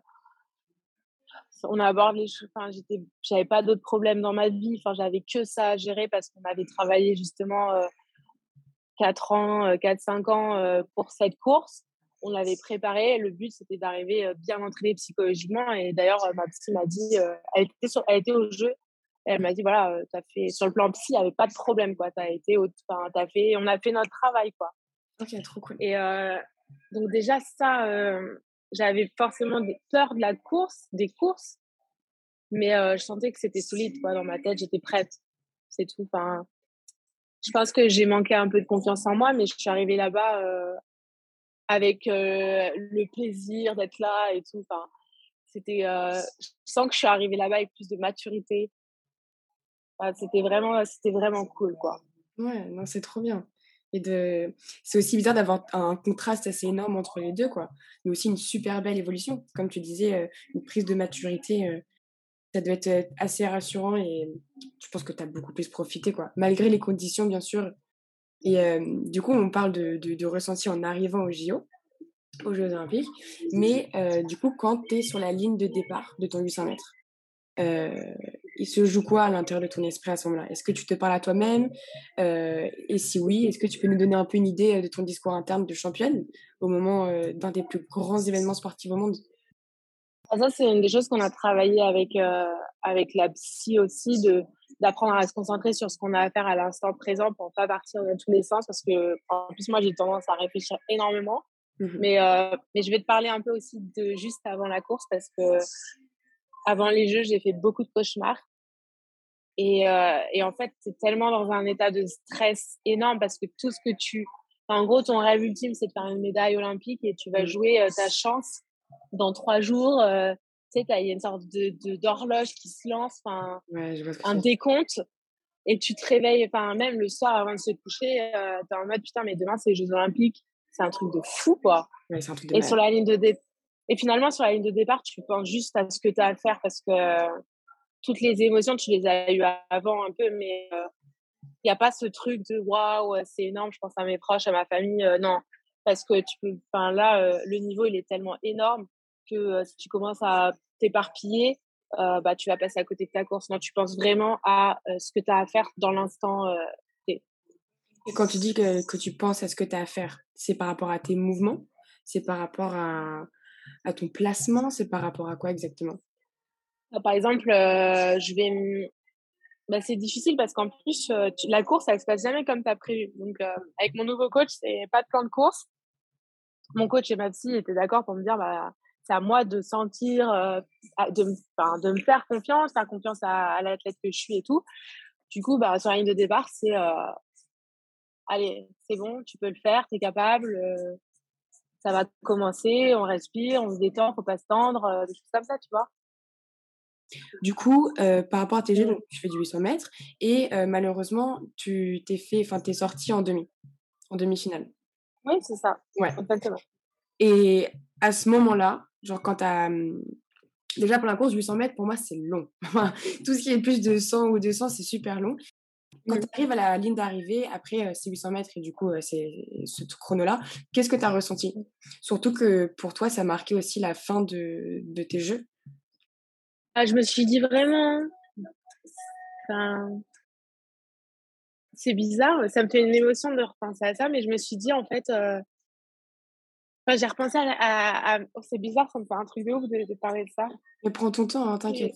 on aborde les choses. Enfin, j'étais, j'avais pas d'autres problèmes dans ma vie. Enfin, j'avais que ça à gérer parce qu'on avait travaillé justement. Euh, quatre ans, quatre cinq ans pour cette course. On l'avait préparé. Le but, c'était d'arriver bien entraînée psychologiquement. Et d'ailleurs, ma psy m'a dit, elle était, sur, elle était au jeu elle m'a dit, voilà, euh, t'as fait, sur le plan psy, il n'y avait pas de problème, quoi. T'as été, au- enfin, t'as fait, on a fait notre travail, quoi. Ok, trop cool. Et euh, donc, déjà, ça, euh, j'avais forcément des peurs de la course, des courses, mais euh, je sentais que c'était solide, quoi. Dans ma tête, j'étais prête. C'est tout. Enfin, je pense que j'ai manqué un peu de confiance en moi, mais je suis arrivée là-bas euh, avec euh, le plaisir d'être là et tout. Enfin, c'était, euh, je sens que je suis arrivée là-bas avec plus de maturité. Enfin, c'était vraiment, c'était vraiment cool, quoi. Ouais, non, c'est trop bien. Et de... c'est aussi bizarre d'avoir un contraste assez énorme entre les deux, quoi. Mais aussi une super belle évolution. Comme tu disais, euh, une prise de maturité, euh, ça doit être euh, assez rassurant et je pense que tu as beaucoup plus profité, quoi. Malgré les conditions, bien sûr. Et euh, du coup, on parle de, de, de ressenti en arrivant au J O, aux Jeux Olympiques. Mais euh, du coup, quand tu es sur la ligne de départ de ton huit cents mètres, euh, il se joue quoi à l'intérieur de ton esprit à ce moment-là? Est-ce que tu te parles à toi-même? Euh, et si oui, est-ce que tu peux nous donner un peu une idée de ton discours interne de championne au moment euh, d'un des plus grands événements sportifs au monde? Ah, ça, c'est une des choses qu'on a travaillé avec, euh, avec la psy aussi, de, d'apprendre à se concentrer sur ce qu'on a à faire à l'instant présent pour ne pas partir dans tous les sens. Parce que, en plus, moi, j'ai tendance à réfléchir énormément. Mhm. Mais, euh, mais je vais te parler un peu aussi de juste avant la course parce que avant les Jeux, j'ai fait beaucoup de cauchemars. Et, euh, et en fait, c'est tellement dans un état de stress énorme parce que tout ce que tu... Enfin, en gros, ton rêve ultime, c'est de faire une médaille olympique et tu vas Mhm. jouer euh, ta chance dans trois jours. Euh, tu sais, il y a une sorte de, de, d'horloge qui se lance, enfin, Ouais, je vois ce que un c'est. décompte. Et tu te réveilles, enfin, même le soir avant de se coucher, euh, t'es en mode, putain, mais demain, c'est les Jeux Olympiques. C'est un truc de fou, quoi. Ouais, c'est un truc de Et malade. sur la ligne de dé... Et finalement, sur la ligne de départ, tu penses juste à ce que tu as à faire parce que euh, toutes les émotions, tu les as eues avant un peu, mais il euh, n'y a pas ce truc de waouh, c'est énorme, je pense à mes proches, à ma famille. Euh, non, parce que tu peux, enfin là, euh, le niveau, il est tellement énorme que euh, si tu commences à t'éparpiller, euh, bah, tu vas passer à côté de ta course. Non, tu penses vraiment à euh, ce que tu as à faire dans l'instant euh, T. Et quand tu dis que, que tu penses à ce que tu as à faire, c'est par rapport à tes mouvements? C'est par rapport à, à ton placement? C'est par rapport à quoi exactement? Par exemple, euh, je vais m- bah, c'est difficile parce qu'en plus, euh, tu- la course, elle se passe jamais comme tu as prévu. Donc, euh, avec mon nouveau coach, c'est pas de plan de course. Mon coach et ma psy étaient d'accord pour me dire, bah, c'est à moi de sentir, euh, à- de, me- enfin, de me faire confiance, faire confiance à, à l'athlète que je suis et tout. Du coup, bah, sur la ligne de départ, c'est, euh, allez, c'est bon, tu peux le faire, tu es capable, euh, ça va commencer, on respire, on se détend, faut pas se tendre, euh, des choses comme ça, tu vois. Du coup, heu, par rapport à tes jeux, Mm. donc tu fais du huit cents mètres et heu, malheureusement, tu t'es fait enfin, tu es sortie en demi, en demi-finale. Oui, c'est ça, Ouais exactement. et à ce moment-là, genre quand tu as, mmh, déjà pour la course, huit cents mètres pour moi, c'est long. Enfin, tout ce qui est plus de cent ou deux cents, c'est super long. Quand Mm. tu arrives à la ligne d'arrivée, après, heu, c'est huit cents mètres et du coup, heu, c'est ce t chrono-là, qu'est-ce que tu as ressenti? Surtout que pour toi, ça marquait aussi la fin de de tes jeux. Ah, je me suis dit vraiment, enfin, c'est bizarre, ça me fait une émotion de repenser à ça, mais je me suis dit en fait, euh, enfin, j'ai repensé à, à- à- oh, c'est bizarre, ça me fait un truc de ouf de, de parler de ça. Mais prends ton temps, hein, t'inquiète. Et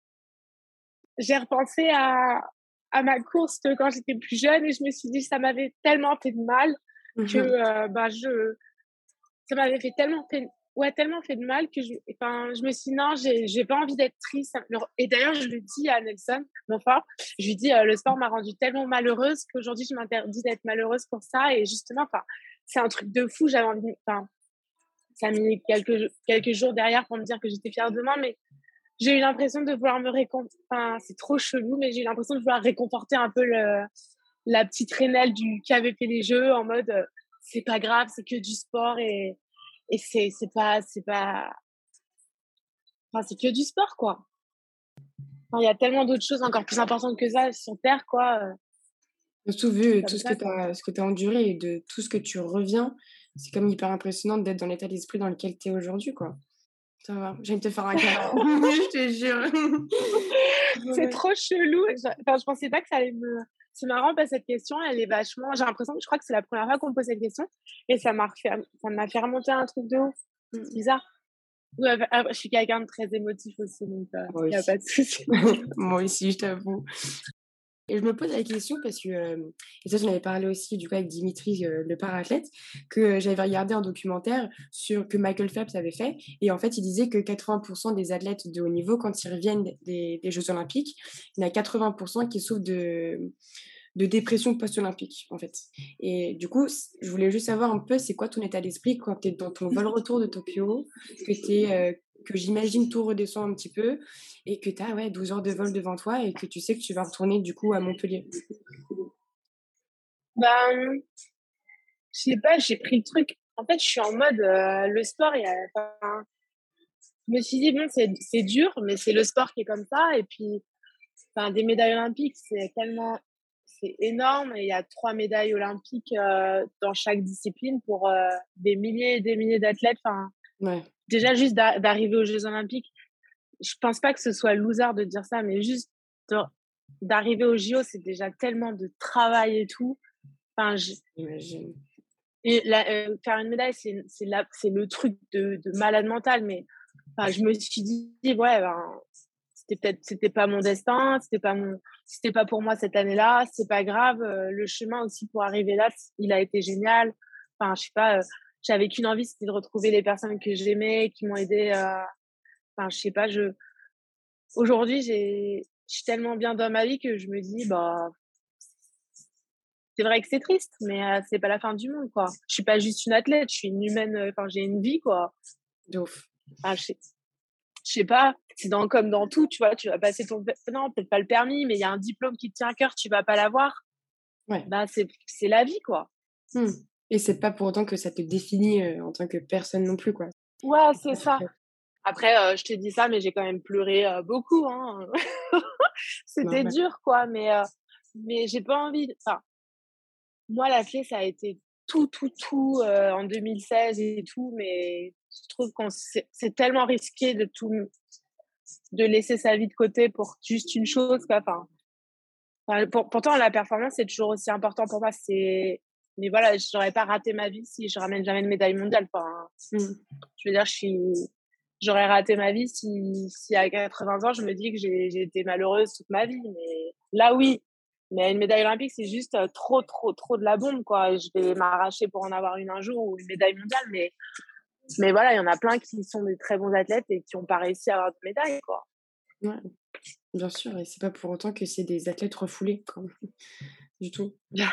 j'ai repensé à, à ma course de quand j'étais plus jeune et je me suis dit ça m'avait tellement fait de mal que Mmh. euh, bah je, ça m'avait fait tellement fait, ouais, tellement fait de mal que je, enfin, je me suis dit non, j'ai, j'ai pas envie d'être triste. Et d'ailleurs, je le dis à Nelson, mon frère, je lui dis, euh, le sport m'a rendue tellement malheureuse qu'aujourd'hui, je m'interdis d'être malheureuse pour ça. Et justement, enfin, c'est un truc de fou. J'avais envie, de- enfin, ça a mis quelques, quelques jours derrière pour me dire que j'étais fière de moi, mais j'ai eu l'impression de vouloir me réconforter. Enfin, c'est trop chelou, mais j'ai eu l'impression de vouloir réconforter un peu le, la petite Rénelle du, qui avait fait les jeux en mode, euh, c'est pas grave, c'est que du sport et, et c'est, c'est pas, c'est pas, enfin, c'est que du sport, quoi. Enfin, il y a tellement d'autres choses encore plus importantes que ça sur Terre, quoi. euh, Surtout vu Comme tout ce que ça, tu quoi. as ce que tu as enduré et de tout ce que tu reviens, c'est quand même hyper impressionnant d'être dans l'état d'esprit dans lequel tu es aujourd'hui, quoi. Ça va, j'ai envie de te faire un câlin. Je te jure. C'est Ouais. trop chelou. Je, enfin, je pensais pas que ça allait me. C'est marrant parce que cette question, elle est vachement. J'ai l'impression, je crois que c'est la première fois qu'on me pose cette question et ça m'a fait, ça m'a fait remonter un truc de ouf. C'est bizarre. Ouais, bah, ah, je suis quelqu'un de très émotif aussi, donc il Moi n'y a aussi. pas de souci. Moi aussi, je t'avoue. Et je me pose la question parce que, euh, et ça j'en avais parlé aussi du coup avec Dimitri, euh, le parathlète, que euh, j'avais regardé un documentaire sur, que Michael Phelps avait fait. Et en fait, il disait que quatre-vingts pour cent des athlètes de haut niveau, quand ils reviennent des, des Jeux Olympiques, il y en a quatre-vingts pour cent qui souffrent de, de dépression post-olympique, en fait. Et du coup, c- je voulais juste savoir un peu, c'est quoi ton état d'esprit quand tu es dans ton vol retour de Tokyo, que, t'es, euh, que j'imagine tout redescend un petit peu, et que tu as ouais, douze heures de vol devant toi, et que tu sais que tu vas retourner du coup à Montpellier. Ben, je sais pas, j'ai pris le truc. En fait, je suis en mode, euh, le sport, il y a, enfin, je me suis dit, bon, c'est, c'est dur, mais c'est le sport qui est comme ça. Et puis, enfin, des médailles olympiques, c'est tellement, c'est énorme. Et il y a trois médailles olympiques euh, dans chaque discipline pour euh, des milliers et des milliers d'athlètes. Enfin, Ouais. déjà, juste d'a- d'arriver aux Jeux olympiques, je pense pas que ce soit loser de dire ça, mais juste de- d'arriver aux J O, c'est déjà tellement de travail et tout. Enfin, je- J'imagine. et la- euh, faire une médaille, c'est c'est la- c'est le truc de, de malade mental. Mais enfin, je me suis dit, ouais, ben, c'était peut-être, c'était pas mon destin, c'était pas mon, c'était pas pour moi cette année-là, c'est pas grave. euh, le chemin aussi pour arriver là, il a été génial. Enfin, je sais pas, euh, j'avais qu'une envie, c'était de retrouver les personnes que j'aimais, qui m'ont aidé. euh, Enfin, je sais pas, je, aujourd'hui, j'ai, je suis tellement bien dans ma vie que je me dis, bah, c'est vrai que c'est triste, mais euh, c'est pas la fin du monde, quoi. Je suis pas juste une athlète, je suis une humaine, euh, enfin, j'ai une vie, quoi. De ouf. Enfin, je sais, je sais pas, c'est dans, comme dans tout, tu vois, tu vas passer ton, non, peut-être pas le permis, mais il y a un diplôme qui te tient à cœur, tu vas pas l'avoir. Ouais. Bah, c'est, c'est la vie, quoi. Hmm. Et c'est pas pour autant que ça te définit euh, en tant que personne non plus, quoi. Ouais, c'est ça. Après, euh, je te dis ça, mais j'ai quand même pleuré euh, beaucoup, hein. C'était Normal. dur, quoi, mais, euh, mais j'ai pas envie, de... enfin, moi, l'athlète, ça a été tout, tout, tout euh, en deux mille seize et tout, mais je trouve qu'on c'est, c'est tellement risqué de tout, de laisser sa vie de côté pour juste une chose, quoi. Enfin, enfin pour, pourtant, la performance, c'est toujours aussi important pour moi. C'est, mais voilà, j'aurais pas raté ma vie si je ramène jamais de médaille mondiale. Enfin, Hmm. je veux dire, je suis, j'aurais raté ma vie si, si à quatre-vingts ans, je me dis que j'ai, j'ai été malheureuse toute ma vie. Mais là, oui. Mais une médaille olympique, c'est juste euh, trop, trop, trop de la bombe, quoi. Et je vais m'arracher pour en avoir une un jour ou une médaille mondiale. Mais, mais voilà, il y en a plein qui sont des très bons athlètes et qui n'ont pas réussi à avoir de médaille, quoi. Ouais, bien sûr, et c'est pas pour autant que c'est des athlètes refoulés, quoi. Du tout.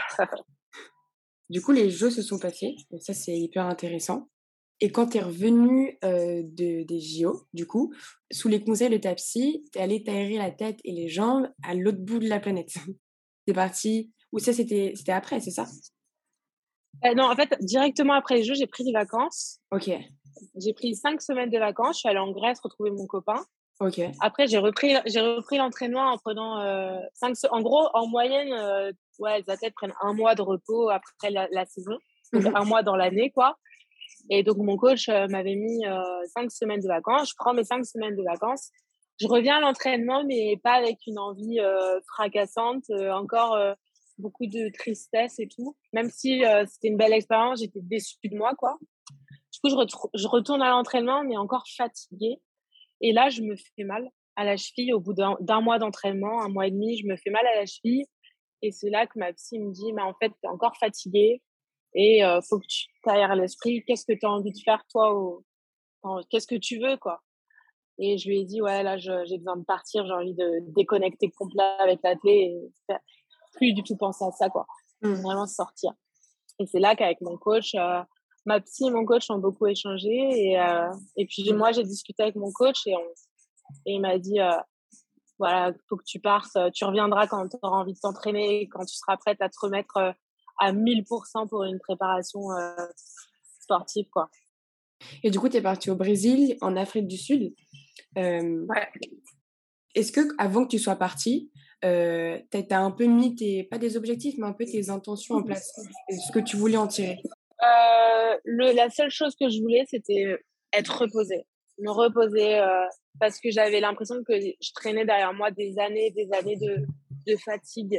Du coup, les Jeux se sont passés, donc ça, c'est hyper intéressant. Et quand tu es revenue euh, de, des J O, du coup, sous les conseils de ta psy, tu es allée t'aérer la tête et les jambes à l'autre bout de la planète. T'es partie... Ou ça, c'était c'était après, c'est ça? Euh, non, en fait, directement après les Jeux, j'ai pris des vacances. Ok, J'ai pris cinq semaines de vacances. Je suis allée en Grèce retrouver mon copain. ok. Après, j'ai repris, j'ai repris l'entraînement en prenant euh, cinq. se- En gros, en moyenne, euh, ouais, les athlètes prennent un mois de repos après la, la saison, donc Mhm. un mois dans l'année, quoi. Et donc, mon coach euh, m'avait mis euh, cinq semaines de vacances. Je prends mes cinq semaines de vacances. Je reviens à l'entraînement, mais pas avec une envie euh, fracassante. euh, encore euh, beaucoup de tristesse et tout. Même si euh, c'était une belle expérience, j'étais déçue de moi, quoi. Du coup, je, retrou- je retourne à l'entraînement, mais encore fatiguée. Et là, je me fais mal à la cheville au bout d'un, d'un mois d'entraînement, un mois et demi, je me fais mal à la cheville. Et c'est là que ma psy me dit, mais en fait, tu es encore fatiguée et euh, faut que tu t'aères l'esprit. Qu'est-ce que tu as envie de faire, toi au... enfin, qu'est-ce que tu veux, quoi. Et je lui ai dit, ouais, là, je, j'ai besoin de partir, j'ai envie de déconnecter complet avec l'athlète et faire- plus du tout penser à ça, quoi. Mhm. Vraiment sortir. Et c'est là qu'avec mon coach, euh, ma psy et mon coach ont beaucoup échangé. Et, euh, et puis moi, j'ai discuté avec mon coach et, on, et il m'a dit, euh, voilà, faut que tu partes, tu reviendras quand tu auras envie de t'entraîner, quand tu seras prête à te remettre euh, à mille pour cent pour une préparation euh, sportive, quoi. Et du coup, tu es partie au Brésil, en Afrique du Sud. Euh, Ouais. Est-ce que avant que tu sois partie, euh, tu as un peu mis tes, pas des objectifs, mais un peu tes intentions en place, et ce que tu voulais en tirer? Euh, le, la seule chose que je voulais, c'était être reposée. Me reposer euh, parce que j'avais l'impression que je traînais derrière moi des années, des années de, de fatigue.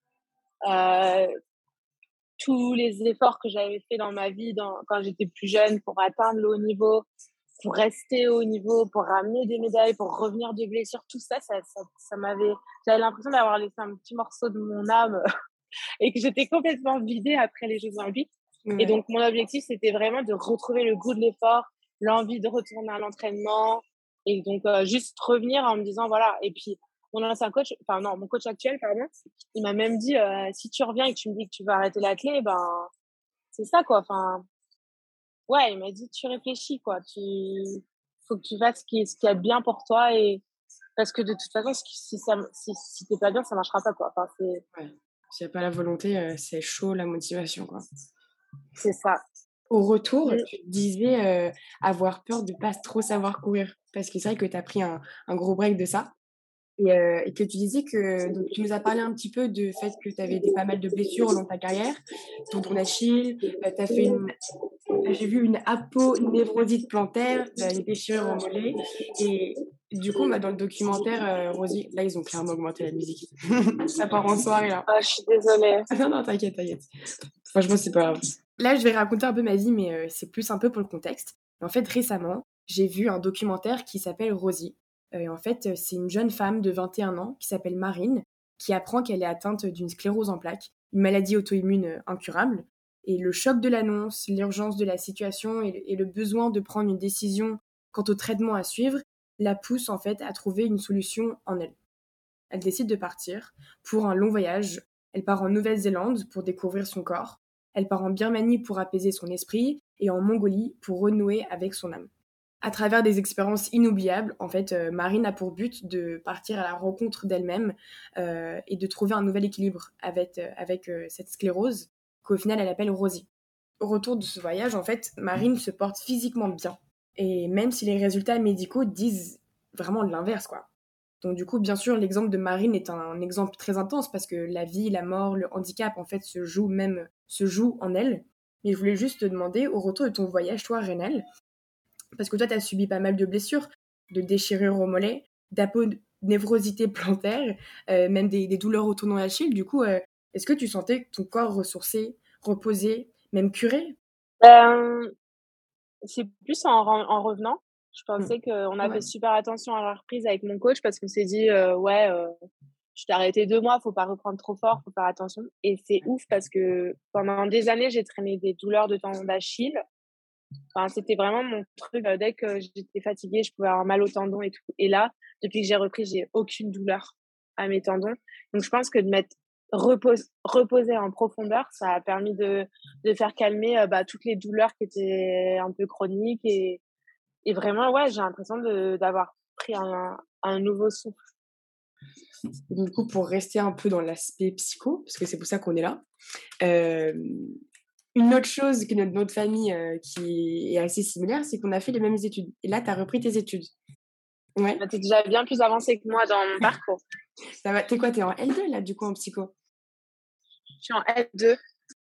Euh, tous les efforts que j'avais fait dans ma vie dans, quand j'étais plus jeune pour atteindre le haut niveau, pour rester au niveau, pour ramener des médailles, pour revenir de blessures, tout ça, ça, ça, ça m'avait, j'avais l'impression d'avoir laissé un petit morceau de mon âme et que j'étais complètement vidée après les Jeux Olympiques. Ouais. Et donc, mon objectif, c'était vraiment de retrouver le goût de l'effort, l'envie de retourner à l'entraînement et donc euh, juste revenir en me disant, voilà. Et puis, mon ancien coach, enfin non, mon coach actuel, pardon, il m'a même dit, euh, si tu reviens et que tu me dis que tu vas arrêter l'athlé, ben, c'est ça, quoi. Enfin, ouais, il m'a dit, tu réfléchis, quoi. Tu, faut que tu fasses ce qui, ce qui est bien pour toi et, parce que de toute façon, si ça, si, si t'es pas bien, ça marchera pas, quoi. Enfin, c'est. Ouais. S'il n'y a pas la volonté, euh, c'est chaud, la motivation, quoi. C'est ça. Au retour, mmh. tu te disais euh, avoir peur de ne pas trop savoir courir. Parce que c'est vrai que tu as pris un, un gros break de ça. Et, euh, et que tu disais que donc, tu nous as parlé un petit peu du fait que tu avais des, pas mal de blessures dans ta carrière, ton, ton Achille, euh, tu as fait une, j'ai vu une aponevrosite plantaire, tu as une déchirure en mollet. Et du coup, bah, dans le documentaire, euh, Rosie, là, ils ont clairement augmenté la musique. Ça part en soirée, là. Ah, je suis désolée. non, non, t'inquiète, t'inquiète. Franchement, c'est pas grave. Là, je vais raconter un peu ma vie, mais euh, c'est plus un peu pour le contexte. En fait, récemment, j'ai vu un documentaire qui s'appelle Rosie. Euh, en fait, c'est une jeune femme de vingt et un ans qui s'appelle Marine, qui apprend qu'elle est atteinte d'une sclérose en plaques, une maladie auto-immune incurable. Et le choc de l'annonce, l'urgence de la situation et le, et le besoin de prendre une décision quant au traitement à suivre la pousse en fait à trouver une solution en elle. Elle décide de partir pour un long voyage. Elle part en Nouvelle-Zélande pour découvrir son corps. Elle part en Birmanie pour apaiser son esprit et en Mongolie pour renouer avec son âme. À travers des expériences inoubliables, en fait, euh, Marine a pour but de partir à la rencontre d'elle-même euh, et de trouver un nouvel équilibre avec, euh, avec euh, cette sclérose qu'au final elle appelle Rosie. Au retour de ce voyage, en fait, Marine se porte physiquement bien. Et même si les résultats médicaux disent vraiment l'inverse, quoi. Donc du coup, bien sûr, l'exemple de Marine est un exemple très intense parce que la vie, la mort, le handicap, en fait, se jouent même se jouent en elle. Mais je voulais juste te demander, au retour de ton voyage, toi, Renelle, parce que toi, tu as subi pas mal de blessures, de déchirures au mollet, d'aponevrosité plantaire, euh, même des, des douleurs au tournant d'Achille. Du coup, euh, est-ce que tu sentais ton corps ressourcé, reposé, même curé? euh, C'est plus en, en revenant. Je pensais mmh. qu'on a ouais. fait super attention à la reprise avec mon coach parce qu'on s'est dit, euh, ouais, euh, je t'ai arrêté deux mois, faut pas reprendre trop fort, faut faire attention. Et c'est ouf parce que pendant des années, j'ai traîné des douleurs de tendon d'Achille. Enfin, c'était vraiment mon truc. Dès que j'étais fatiguée, je pouvais avoir mal aux tendons et tout. Et là, depuis que j'ai repris, j'ai aucune douleur à mes tendons. Donc, je pense que de m'être repos- reposée en profondeur, ça a permis de, de faire calmer euh, bah, toutes les douleurs qui étaient un peu chroniques. Et, et vraiment, ouais, j'ai l'impression de, d'avoir pris un, un nouveau souffle. Du coup, pour rester un peu dans l'aspect psycho, parce que c'est pour ça qu'on est là, euh, une autre chose que notre, notre famille euh, qui est assez similaire, c'est qu'on a fait les mêmes études. Et là, tu as repris tes études. Ouais. Tu es déjà bien plus avancée que moi dans mon parcours. Ça va. T'es quoi? T'es en L deux, là, du coup, en psycho? Je suis en L deux.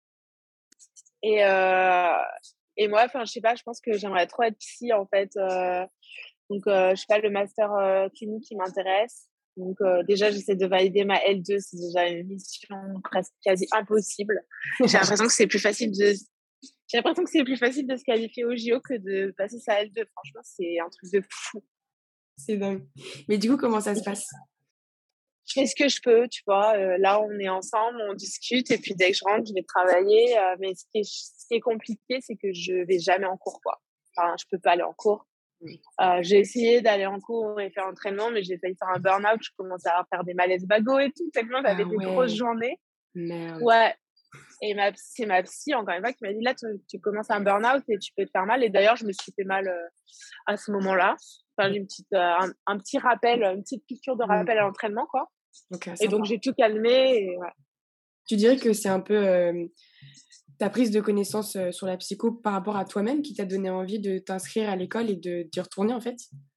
Et, euh, et moi, enfin, je sais pas, je pense que j'aimerais trop être psy, en fait. Euh, donc, euh, je sais pas, le master euh, clinique qui m'intéresse. Donc, euh, déjà, j'essaie de valider ma L deux. C'est déjà une mission presque quasi impossible. J'ai l'impression que c'est plus facile de, j'ai l'impression que c'est plus facile de se qualifier au J O que de passer sa L deux. Franchement, c'est un truc de fou. C'est dingue. Mais du coup, comment ça se passe? Je fais ce que je peux, tu vois. Euh, là, on est ensemble, on discute. Et puis, dès que je rentre, je vais travailler. Euh, mais ce qui est, ce qui est compliqué, c'est que je vais jamais en cours, quoi. Enfin, je peux pas aller en cours. Euh, j'ai essayé d'aller en cours et faire l'entraînement, mais j'ai failli faire un burn-out. Je commençais à faire des malaises bagos et tout, tellement j'avais ah ouais. des grosses journées. Merde. Ouais. Et ma, c'est ma psy, encore une fois, qui m'a dit, là, tu, tu commences un burn-out et tu peux te faire mal. Et d'ailleurs, je me suis fait mal euh, à ce moment-là. Enfin, j'ai une petite, euh, un, un petit rappel, une petite piqûre de rappel à l'entraînement, quoi. Okay, et donc, j'ai tout calmé. Et, ouais. Tu dirais que c'est un peu euh, ta prise de connaissance euh, sur la psycho par rapport à toi-même qui t'a donné envie de t'inscrire à l'école et de d'y retourner, en fait?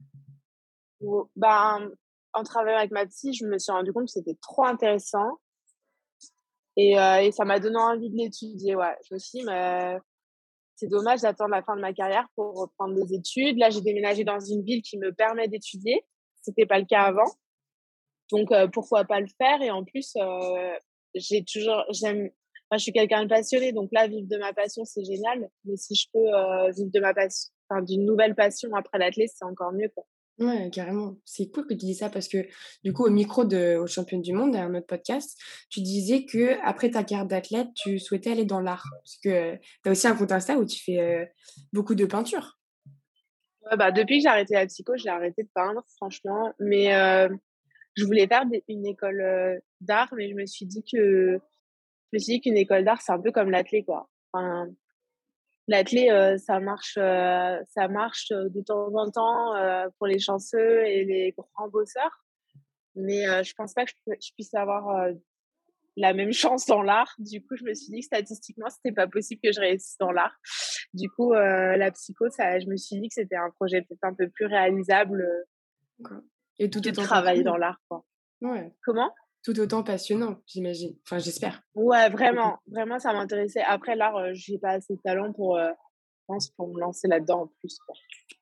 Ben, en travaillant avec ma psy, je me suis rendu compte que c'était trop intéressant. Et, euh, et ça m'a donné envie de l'étudier, ouais. Je me suis dit, mais c'est dommage d'attendre la fin de ma carrière pour reprendre des études. Là, j'ai déménagé dans une ville qui me permet d'étudier. C'était pas le cas avant. Donc, euh, pourquoi pas le faire? Et en plus, euh, j'ai toujours, j'aime, enfin, je suis quelqu'un de passionné. Donc là, vivre de ma passion, c'est génial. Mais si je peux euh, vivre de ma passion, enfin, d'une nouvelle passion après l'athlète, c'est encore mieux, quoi. Ouais, carrément. C'est cool que tu dis ça parce que, du coup, au micro de aux championnes du monde, à notre podcast, tu disais que après ta carrière d'athlète, tu souhaitais aller dans l'art. Parce que tu as aussi un compte Insta où tu fais euh, beaucoup de peinture. Ouais, bah, depuis que j'ai arrêté la psycho, j'ai arrêté de peindre, franchement. Mais euh, je voulais faire des, une école euh, d'art, mais je me suis dit que je me suis dit qu'une école d'art, c'est un peu comme l'athlé, quoi. Enfin, l'athlé, euh, ça marche, euh, ça marche de temps en temps euh, pour les chanceux et les grands bosseurs. Mais euh, je pense pas que je, je puisse avoir euh, la même chance dans l'art. Du coup, je me suis dit que statistiquement, c'était pas possible que je réussisse dans l'art. Du coup, euh, la psycho, ça, je me suis dit que c'était un projet peut-être un peu plus réalisable euh, Et tout que de autant travailler passionnant. dans l'art, quoi. Ouais. Comment? Tout autant passionnant, j'imagine. Enfin, j'espère. Ouais, vraiment, vraiment, ça m'intéressait. Après, l'art, euh, j'ai pas assez de talent pour, euh, je pense, pour me lancer là-dedans en plus, quoi.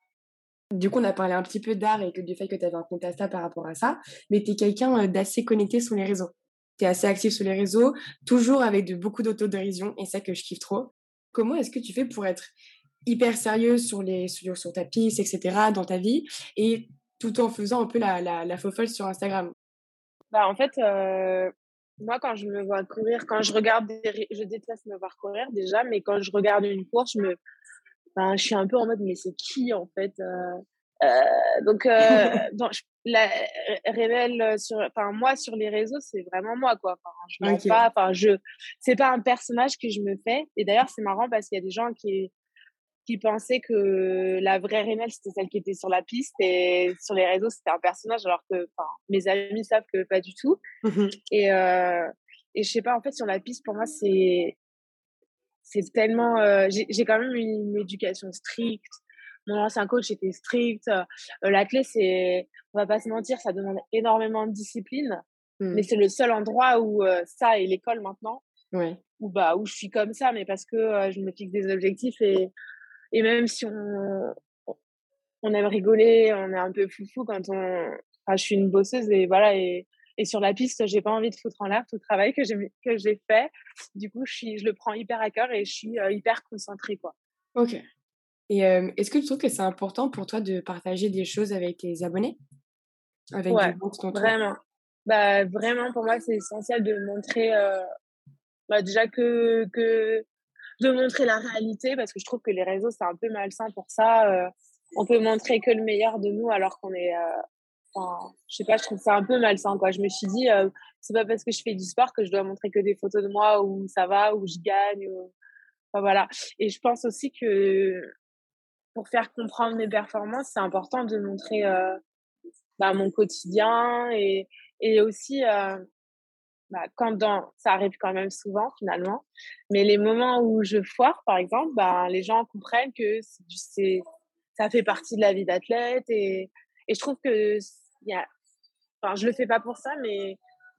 Du coup, on a parlé un petit peu d'art et que du fait que tu avais un compte Insta par rapport à ça, mais tu es quelqu'un d'assez connecté sur les réseaux. Tu es assez actif sur les réseaux, toujours avec de, beaucoup d'autodérision, et ça que je kiffe trop. Comment est-ce que tu fais pour être hyper sérieux sur, les, sur, sur ta piste, et cetera, dans ta vie, et tout en faisant un peu la, la, la faux folle sur Instagram? Bah, en fait, euh, moi, quand je me vois courir, quand je regarde, des... je déteste me voir courir déjà, mais quand je regarde une course, je me, ben, je suis un peu en mode, mais c'est qui en fait euh, euh, Donc, euh, donc je, la, révèle sur, enfin moi sur les réseaux, c'est vraiment moi quoi. Enfin, je mens Ok. pas. Enfin, je, c'est pas un personnage que je me fais. Et d'ailleurs, c'est marrant parce qu'il y a des gens qui qui pensaient que la vraie Renelle, c'était celle qui était sur la piste et sur les réseaux, c'était un personnage, alors que enfin, mes amis savent que pas du tout. et, euh, et je sais pas, en fait, sur la piste, pour moi, c'est, c'est tellement... Euh, j'ai, j'ai quand même une, une éducation stricte. Mon ancien coach était strict. Euh, la clé, c'est... On va pas se mentir, ça demande énormément de discipline. Mm. Mais c'est le seul endroit où euh, ça et l'école maintenant, ouais. où, bah, où je suis comme ça, mais parce que euh, je me fixe des objectifs et... Et même si on, on aime rigoler, on est un peu foufou quand on... Enfin, je suis une bosseuse et voilà. Et, et sur la piste, j'ai pas envie de foutre en l'air tout le travail que j'ai, que j'ai fait. Du coup, je, suis, je le prends hyper à cœur et je suis euh, hyper concentrée, quoi. Ok. Et euh, est-ce que tu trouves que c'est important pour toi de partager des choses avec tes abonnés? Avec Ouais, des gens qui t'entourent? vraiment. Bah, vraiment, pour moi, c'est essentiel de montrer... Euh, bah, déjà que... que de montrer la réalité, parce que je trouve que les réseaux, c'est un peu malsain pour ça. Euh, on peut montrer que le meilleur de nous alors qu'on est... Euh, enfin, je sais pas, je trouve ça un peu malsain, quoi. Je me suis dit, euh, c'est pas parce que je fais du sport que je dois montrer que des photos de moi où ça va, où je gagne. Où... Enfin, voilà. Et je pense aussi que pour faire comprendre mes performances, c'est important de montrer euh, bah, mon quotidien et, et aussi... Euh, Bah, quand dans, ça arrive quand même souvent finalement, mais les moments où je foire, par exemple, bah, les gens comprennent que c'est, c'est, ça fait partie de la vie d'athlète et, et je trouve que y a, enfin, je le fais pas pour ça, mais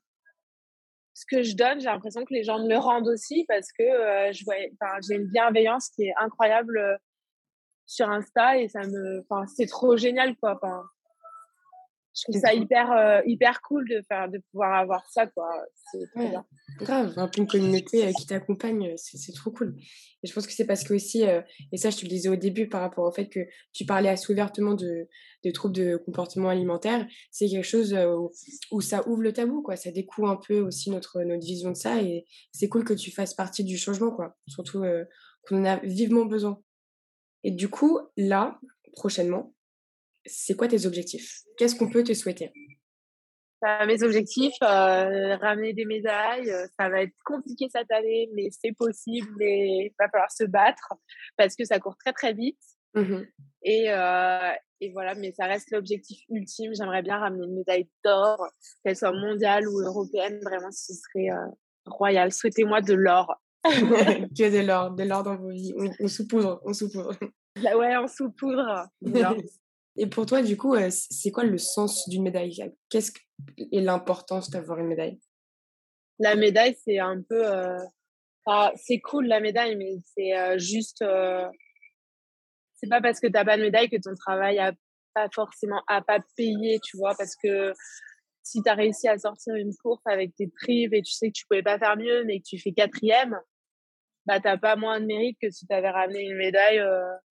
ce que je donne, j'ai l'impression que les gens me le rendent aussi parce que euh, je vois, enfin, j'ai une bienveillance qui est incroyable euh, sur Insta et ça me, enfin, c'est trop génial quoi. Enfin, je trouve ça hyper euh, hyper cool de faire de pouvoir avoir ça quoi, c'est trop ouais, bien. grave, un peu une communauté euh, qui t'accompagne, c'est, c'est trop cool. Et je pense que c'est parce que aussi, euh, et ça je te le disais au début par rapport au fait que tu parlais assez ouvertement de, de troubles de comportement alimentaire, c'est quelque chose euh, où, où ça ouvre le tabou, quoi. Ça découvre un peu aussi notre, notre vision de ça et c'est cool que tu fasses partie du changement, quoi. Surtout euh, qu'on en a vivement besoin. Et du coup, là, prochainement, c'est quoi tes objectifs? Qu'est-ce qu'on peut te souhaiter? Euh, mes objectifs, euh, ramener des médailles, euh, ça va être compliqué cette année, mais c'est possible, mais il va falloir se battre parce que ça court très très vite. Mmh. Et, euh, et voilà, mais ça reste l'objectif ultime. J'aimerais bien ramener une médaille d'or, qu'elle soit mondiale ou européenne, vraiment ce serait euh, royal. Souhaitez-moi de l'or. Que de l'or, de l'or dans vos vies. On, on saupoudre, on saupoudre. Là, ouais, en sous-poudre. de l'or. Et pour toi, du coup, euh, c'est quoi le sens d'une médaille? Qu'est-ce que est l'importance d'avoir une médaille? La médaille, c'est un peu... Euh... Enfin, c'est cool la médaille, mais c'est euh, juste... Euh... C'est pas parce que t'as pas de médaille que ton travail a pas forcément à pas payer, tu vois, parce que si tu as réussi à sortir une course avec tes tripes et tu sais que tu pouvais pas faire mieux, mais que tu fais quatrième, bah t'as pas moins de mérite que si tu avais ramené une médaille euh,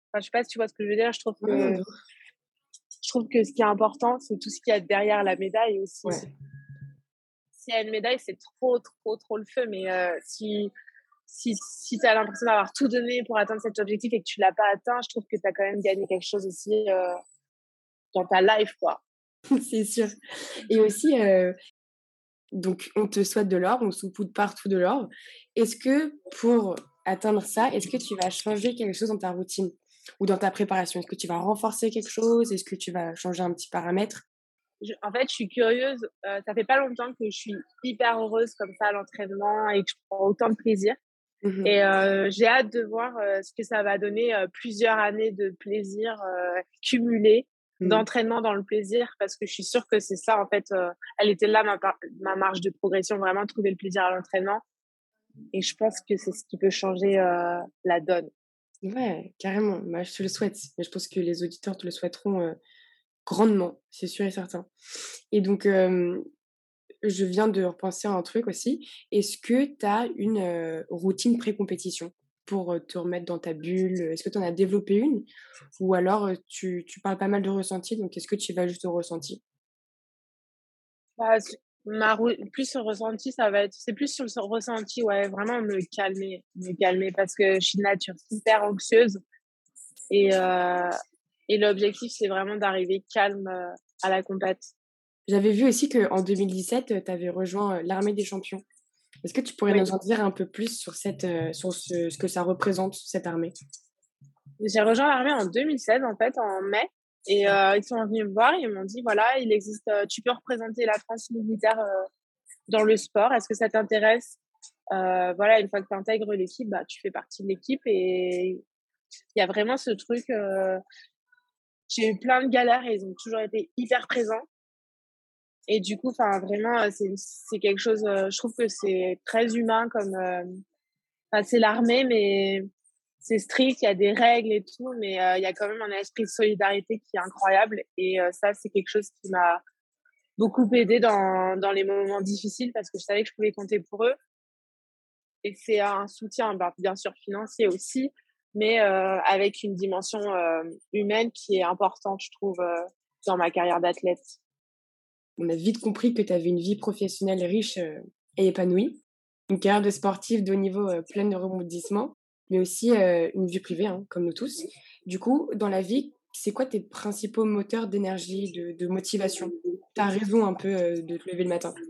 Enfin, je sais pas si tu vois ce que je veux dire. Je trouve que, Ouais, je trouve que ce qui est important, c'est tout ce qu'il y a derrière la médaille aussi. ouais. S'il y a une médaille, c'est trop, trop, trop le feu. Mais euh, si, si, si tu as l'impression d'avoir tout donné pour atteindre cet objectif et que tu l'as pas atteint, je trouve que tu as quand même gagné quelque chose aussi euh, dans ta life, quoi. C'est sûr. Et aussi, euh, donc, on te souhaite de l'or, on saupoudre partout de l'or. Est-ce que pour atteindre ça, est-ce que tu vas changer quelque chose dans ta routine ou dans ta préparation? Est-ce que tu vas renforcer quelque chose? Est-ce que tu vas changer un petit paramètre? Je, en fait, je suis curieuse. Euh, ça fait pas longtemps que je suis hyper heureuse comme ça à l'entraînement et que je prends autant de plaisir. Mmh. Et euh, j'ai hâte de voir euh, ce que ça va donner, euh, plusieurs années de plaisir euh, cumulé, Mmh. d'entraînement dans le plaisir, parce que je suis sûre que c'est ça, en fait, euh, elle était là, ma, par- ma marge de progression, vraiment trouver le plaisir à l'entraînement. Et je pense que c'est ce qui peut changer euh, la donne. Ouais, carrément. Bah, je te le souhaite. Mais je pense que les auditeurs te le souhaiteront euh, grandement, c'est sûr et certain. Et donc, euh, je viens de repenser à un truc aussi. Est-ce que tu as une euh, routine pré-compétition pour euh, te remettre dans ta bulle? Est-ce que tu en as développé une? Ou alors euh, tu, tu parles pas mal de ressenti, donc est-ce que tu vas juste au ressenti? Bah, c- ma rou- plus sur ressenti, ça va être, c'est plus sur le ressenti, ouais, vraiment me calmer, me calmer, parce que je suis de nature hyper anxieuse. Et, euh, et l'objectif, c'est vraiment d'arriver calme euh, à la compète. J'avais vu aussi qu'en deux mille dix-sept, tu avais rejoint euh, l'armée des champions. Est-ce que tu pourrais Oui. nous en dire un peu plus sur, cette, euh, sur ce, ce que ça représente, cette armée? J'ai rejoint l'armée en deux mille seize, en fait, en mai. Et euh, ils sont venus me voir, ils m'ont dit, voilà, il existe, euh, tu peux représenter la France militaire euh, dans le sport. Est-ce que ça t'intéresse? Euh, Voilà, une fois que tu intègres l'équipe, bah, tu fais partie de l'équipe. Et il y a vraiment ce truc. Euh, j'ai eu plein de galères et ils ont toujours été hyper présents. Et du coup, enfin, vraiment, euh, c'est, c'est quelque chose, euh, je trouve que c'est très humain comme, euh, enfin, c'est l'armée, mais c'est strict, il y a des règles et tout, mais euh, il y a quand même un esprit de solidarité qui est incroyable. Et euh, ça, c'est quelque chose qui m'a beaucoup aidé dans, dans les moments difficiles parce que je savais que je pouvais compter pour eux. Et c'est un soutien, bah, bien sûr, financier aussi, mais euh, avec une dimension euh, humaine qui est importante, je trouve, euh, dans ma carrière d'athlète. On a vite compris que tu avais une vie professionnelle riche euh, et épanouie, une carrière de sportive de haut niveau euh, pleine de rebondissements, mais aussi euh, une vie privée, hein, comme nous tous. Du coup, dans la vie, c'est quoi tes principaux moteurs d'énergie, de, de motivation? Tu as raison un peu euh, de te lever le matin.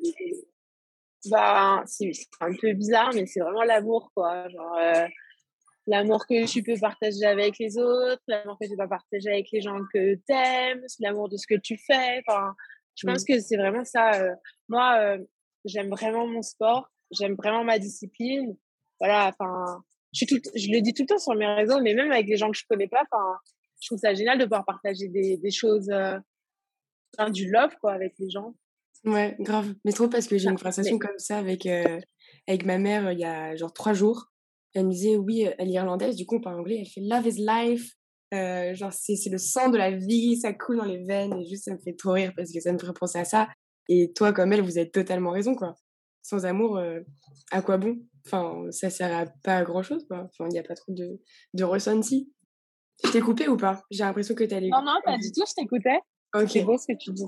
Bah, c'est c'est un peu bizarre, mais c'est vraiment l'amour, quoi. Genre, euh, l'amour que tu peux partager avec les autres, l'amour que tu vas partager avec les gens que t'aimes, l'amour de ce que tu fais. Enfin, je pense Mm. que c'est vraiment ça. euh. Moi, euh, j'aime vraiment mon sport, j'aime vraiment ma discipline. Voilà, enfin, je suis tout, je le dis tout le temps sur mes réseaux, mais même avec les gens que je connais pas, enfin, je trouve ça génial de pouvoir partager des, des choses, euh, enfin, du love, quoi, avec les gens. Ouais, grave. Mais c'est trop parce que j'ai Ça, une conversation mais, comme ça avec, euh, avec ma mère euh, il y a genre trois jours. Elle me disait, oui, euh, elle est irlandaise, du coup on parle anglais, elle fait Love is life. Euh, genre c'est c'est le sang de la vie, ça coule dans les veines et juste ça me fait trop rire parce que ça me fait penser à ça. Et toi comme elle, vous avez totalement raison quoi. Sans amour, euh, à quoi bon? Enfin, ça sert à pas à grand chose quoi. Enfin, il n'y a pas trop de, de ressenti. Je t'ai coupé ou pas? J'ai l'impression que t'allais. non, non, pas du tout, je t'écoutais. C'est Ok. beau ce que tu disais.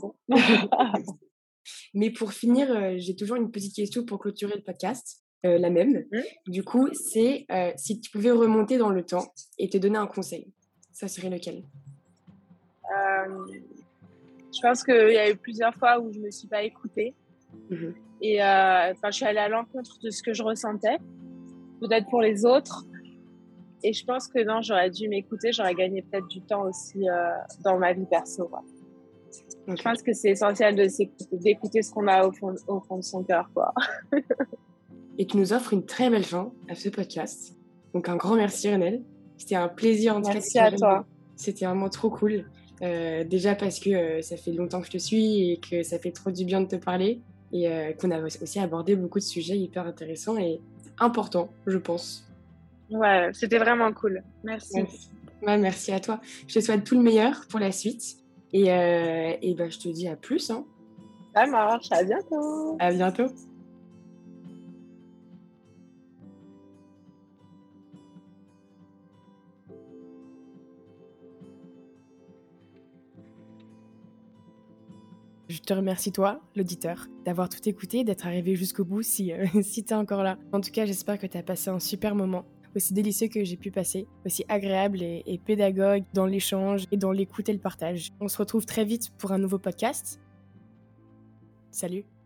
Mais pour finir, euh, j'ai toujours une petite question pour clôturer le podcast, euh, la même. Hmm. Du coup, c'est euh, si tu pouvais remonter dans le temps et te donner un conseil, ça serait lequel? Euh, je pense qu'il y a eu plusieurs fois où je me suis pas écoutée. Mhm. Et euh, enfin, je suis allée à l'encontre de ce que je ressentais, peut-être pour les autres. Et je pense que non, j'aurais dû m'écouter, j'aurais gagné peut-être du temps aussi euh, dans ma vie perso. Ouais. Ok. Je pense que c'est essentiel de s'écouter, d'écouter ce qu'on a au fond, au fond de son cœur, quoi. Et tu nous offres une très belle fin à ce podcast. Donc un grand merci Renelle. C'était un plaisir en tout cas. Merci à toi. C'était vraiment trop cool. Euh, déjà parce que euh, ça fait longtemps que je te suis et que ça fait trop du bien de te parler et euh, qu'on a aussi abordé beaucoup de sujets hyper intéressants et importants, je pense. Ouais, c'était vraiment cool. Merci. Merci. Ouais, merci à toi. Je te souhaite tout le meilleur pour la suite. Et, euh, et ben, je te dis à plus. Hein. Ça marche. À bientôt. À bientôt. te remercie toi, l'auditeur, d'avoir tout écouté, d'être arrivé jusqu'au bout si, euh, si t'es encore là. En tout cas, j'espère que t'as passé un super moment, aussi délicieux que j'ai pu passer, aussi agréable et, et pédagogue dans l'échange et dans l'écoute et le partage. On se retrouve très vite pour un nouveau podcast. Salut!